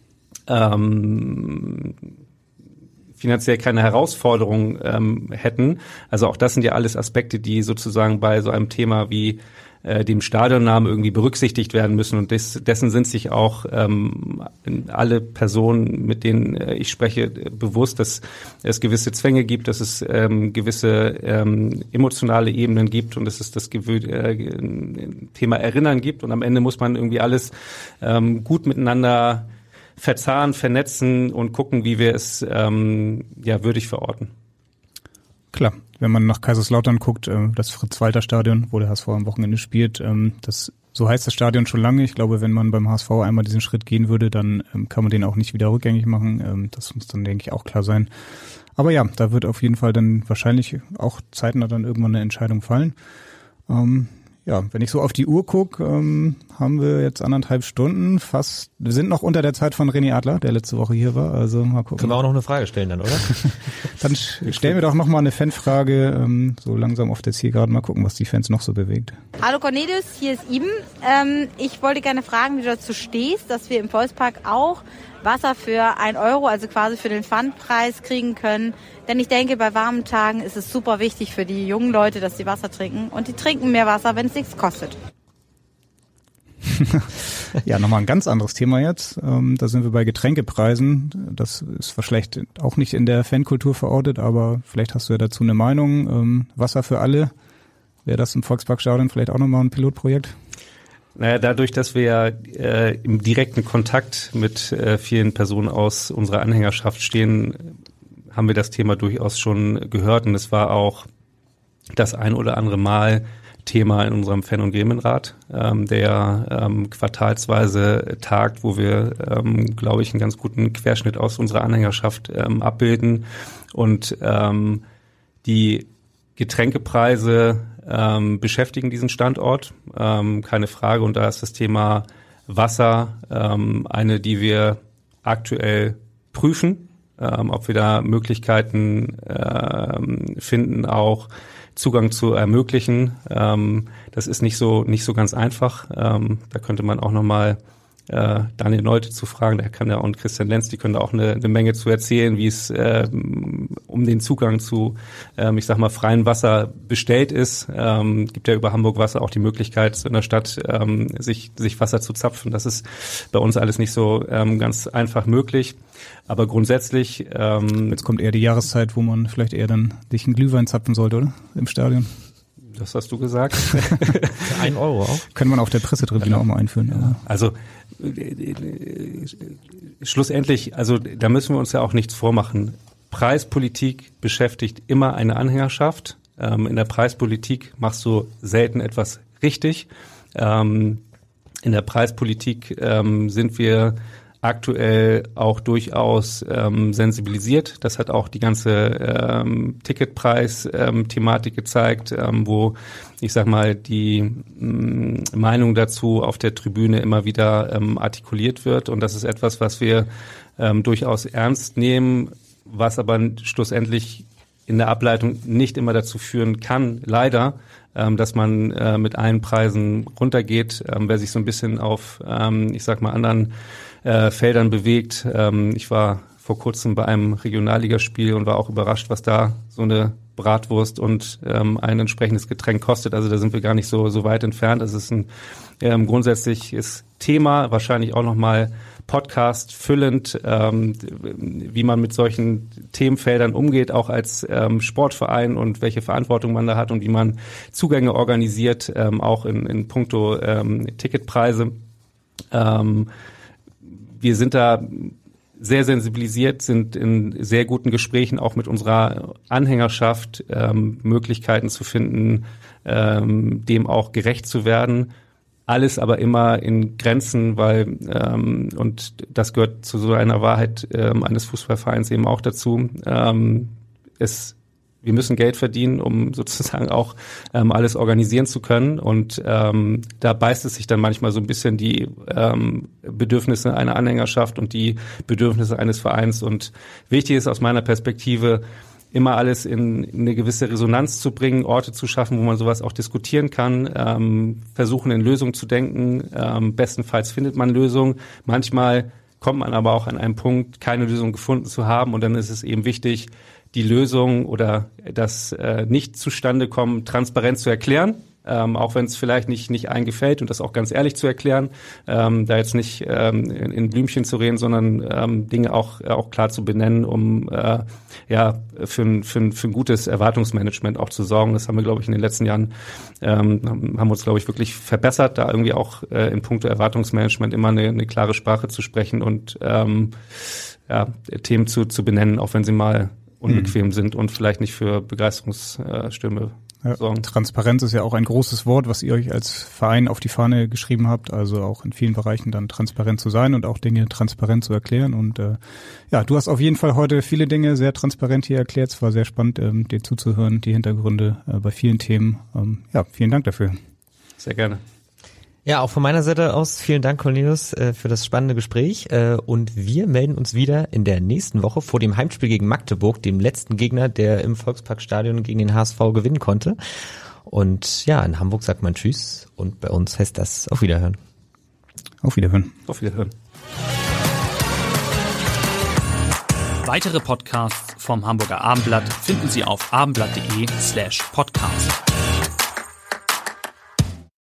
E: ähm, finanziell keine Herausforderung ähm, hätten. Also auch das sind ja alles Aspekte, die sozusagen bei so einem Thema wie dem Stadionnamen irgendwie berücksichtigt werden müssen, und des, dessen sind sich auch ähm, alle Personen, mit denen äh, ich spreche, bewusst, dass es gewisse Zwänge gibt, dass es ähm, gewisse ähm, emotionale Ebenen gibt und dass es das Gewö- äh, Thema Erinnern gibt, und am Ende muss man irgendwie alles ähm, gut miteinander verzahnen, vernetzen und gucken, wie wir es ähm, ja würdig verorten.
D: Klar, wenn man nach Kaiserslautern guckt, das Fritz-Walter-Stadion, wo der H S V am Wochenende spielt, das, so heißt das Stadion schon lange. Ich glaube, wenn man beim H S V einmal diesen Schritt gehen würde, dann kann man den auch nicht wieder rückgängig machen. Das muss dann, denke ich, auch klar sein. Aber ja, da wird auf jeden Fall dann wahrscheinlich auch zeitnah dann irgendwann eine Entscheidung fallen. Ähm, ja, wenn ich so auf die Uhr gucke, ähm, haben wir jetzt anderthalb Stunden fast. Wir sind noch unter der Zeit von René Adler, der letzte Woche hier war. Also mal gucken.
C: Können wir auch noch eine Frage stellen dann, oder?
D: Dann stellen wir doch noch mal eine Fanfrage, ähm, so langsam auf der Zielgeraden. Mal gucken, was die Fans noch so bewegt.
I: Hallo Cornelius, hier ist Iben. Ähm, ich wollte gerne fragen, wie du dazu stehst, dass wir im Volkspark auch Wasser für ein Euro, also quasi für den Pfandpreis kriegen können. Denn ich denke, bei warmen Tagen ist es super wichtig für die jungen Leute, dass sie Wasser trinken. Und die trinken mehr Wasser, wenn es nichts kostet.
D: Ja, nochmal ein ganz anderes Thema jetzt. Ähm, da sind wir bei Getränkepreisen. Das ist vielleicht auch nicht in der Fankultur verortet, aber vielleicht hast du ja dazu eine Meinung. Ähm, Wasser für alle, wäre das im Volksparkstadion vielleicht auch nochmal ein Pilotprojekt?
E: Naja, dadurch, dass wir ja äh, im direkten Kontakt mit äh, vielen Personen aus unserer Anhängerschaft stehen, haben wir das Thema durchaus schon gehört, und es war auch das ein oder andere Mal Thema in unserem Fan- und Gremienrat, ähm, der ähm, quartalsweise tagt, wo wir, ähm, glaube ich, einen ganz guten Querschnitt aus unserer Anhängerschaft ähm, abbilden. Und ähm, die Getränkepreise ähm, beschäftigen diesen Standort, ähm, keine Frage. Und da ist das Thema Wasser ähm, eine, die wir aktuell prüfen, ähm, ob wir da Möglichkeiten ähm, finden, auch Zugang zu ermöglichen. Ähm, das ist nicht so nicht so ganz einfach. Ähm, da könnte man auch nochmal äh, Daniel Neute zu fragen, der kann ja, und Christian Lenz, die können da auch eine, eine Menge zu erzählen, wie es äh, um den Zugang zu, ähm, ich sag mal, freiem Wasser bestellt ist. Ähm, gibt ja über Hamburg Wasser auch die Möglichkeit, in der Stadt ähm, sich sich Wasser zu zapfen. Das ist bei uns alles nicht so ähm, ganz einfach möglich. Aber grundsätzlich ähm,
D: jetzt kommt eher die Jahreszeit, wo man vielleicht eher dann sich einen Glühwein zapfen sollte, oder? Im Stadion.
E: Das hast du gesagt.
C: Für einen Euro auch.
D: Können wir auf der Pressetribüne genau. auch mal einführen.
E: Ja. Also äh, schlussendlich, also da müssen wir uns ja auch nichts vormachen. Preispolitik beschäftigt immer eine Anhängerschaft. Ähm, in der Preispolitik machst du selten etwas richtig. Ähm, in der Preispolitik ähm, sind wir aktuell auch durchaus ähm, sensibilisiert. Das hat auch die ganze ähm, Ticketpreis-Thematik ähm, gezeigt, ähm, wo ich sag mal die ähm, Meinung dazu auf der Tribüne immer wieder ähm, artikuliert wird. Und das ist etwas, was wir ähm, durchaus ernst nehmen, was aber schlussendlich in der Ableitung nicht immer dazu führen kann, leider, ähm, dass man äh, mit allen Preisen runtergeht. Ähm, wer sich so ein bisschen auf, ähm, ich sag mal, anderen äh, Feldern bewegt. Ähm, ich war vor kurzem bei einem Regionalligaspiel und war auch überrascht, was da so eine Bratwurst und ähm, ein entsprechendes Getränk kostet. Also da sind wir gar nicht so so weit entfernt. Das ist ein ähm, grundsätzliches Thema, wahrscheinlich auch nochmal Podcast füllend, ähm, wie man mit solchen Themenfeldern umgeht, auch als ähm, Sportverein und welche Verantwortung man da hat und wie man Zugänge organisiert, ähm, auch in, in puncto ähm, Ticketpreise. Ähm, wir sind da sehr sensibilisiert, sind in sehr guten Gesprächen auch mit unserer Anhängerschaft, ähm, Möglichkeiten zu finden, ähm, dem auch gerecht zu werden. Alles aber immer in Grenzen, weil, ähm, und das gehört zu so einer Wahrheit ähm, eines Fußballvereins eben auch dazu, ähm, es, wir müssen Geld verdienen, um sozusagen auch ähm, alles organisieren zu können. Und ähm, da beißt es sich dann manchmal so ein bisschen die ähm, Bedürfnisse einer Anhängerschaft und die Bedürfnisse eines Vereins. Und wichtig ist aus meiner Perspektive, immer alles in eine gewisse Resonanz zu bringen, Orte zu schaffen, wo man sowas auch diskutieren kann, ähm, versuchen in Lösungen zu denken. Ähm, bestenfalls findet man Lösungen. Manchmal kommt man aber auch an einen Punkt, keine Lösung gefunden zu haben. Und dann ist es eben wichtig, die Lösung oder das äh, Nicht-Zustande-Kommen transparent zu erklären. Ähm, auch wenn es vielleicht nicht nicht allen gefällt und das auch ganz ehrlich zu erklären, ähm, da jetzt nicht ähm, in, in Blümchen zu reden, sondern ähm, Dinge auch auch klar zu benennen, um äh, ja für ein, für ein, für ein gutes Erwartungsmanagement auch zu sorgen. Das haben wir, glaube ich, in den letzten Jahren ähm, haben wir uns, glaube ich, wirklich verbessert, da irgendwie auch äh, in puncto Erwartungsmanagement immer eine, eine klare Sprache zu sprechen und ähm, ja, Themen zu zu benennen, auch wenn sie mal unbequem mhm. sind und vielleicht nicht für Begeisterungsstürme
D: Ja, Transparenz ist ja auch ein großes Wort, was ihr euch als Verein auf die Fahne geschrieben habt, also auch in vielen Bereichen dann transparent zu sein und auch Dinge transparent zu erklären. Und äh, ja, du hast auf jeden Fall heute viele Dinge sehr transparent hier erklärt. Es war sehr spannend, ähm, dir zuzuhören, die Hintergründe äh, bei vielen Themen. Ähm, ja, vielen Dank dafür.
E: Sehr gerne.
C: Ja, auch von meiner Seite aus vielen Dank, Cornelius, für das spannende Gespräch. Und wir melden uns wieder in der nächsten Woche vor dem Heimspiel gegen Magdeburg, dem letzten Gegner, der im Volksparkstadion gegen den H S V gewinnen konnte. Und ja, in Hamburg sagt man Tschüss und bei uns heißt das Auf Wiederhören.
D: Auf Wiederhören.
E: Auf Wiederhören.
B: Weitere Podcasts vom Hamburger Abendblatt finden Sie auf abendblatt.de slash podcast.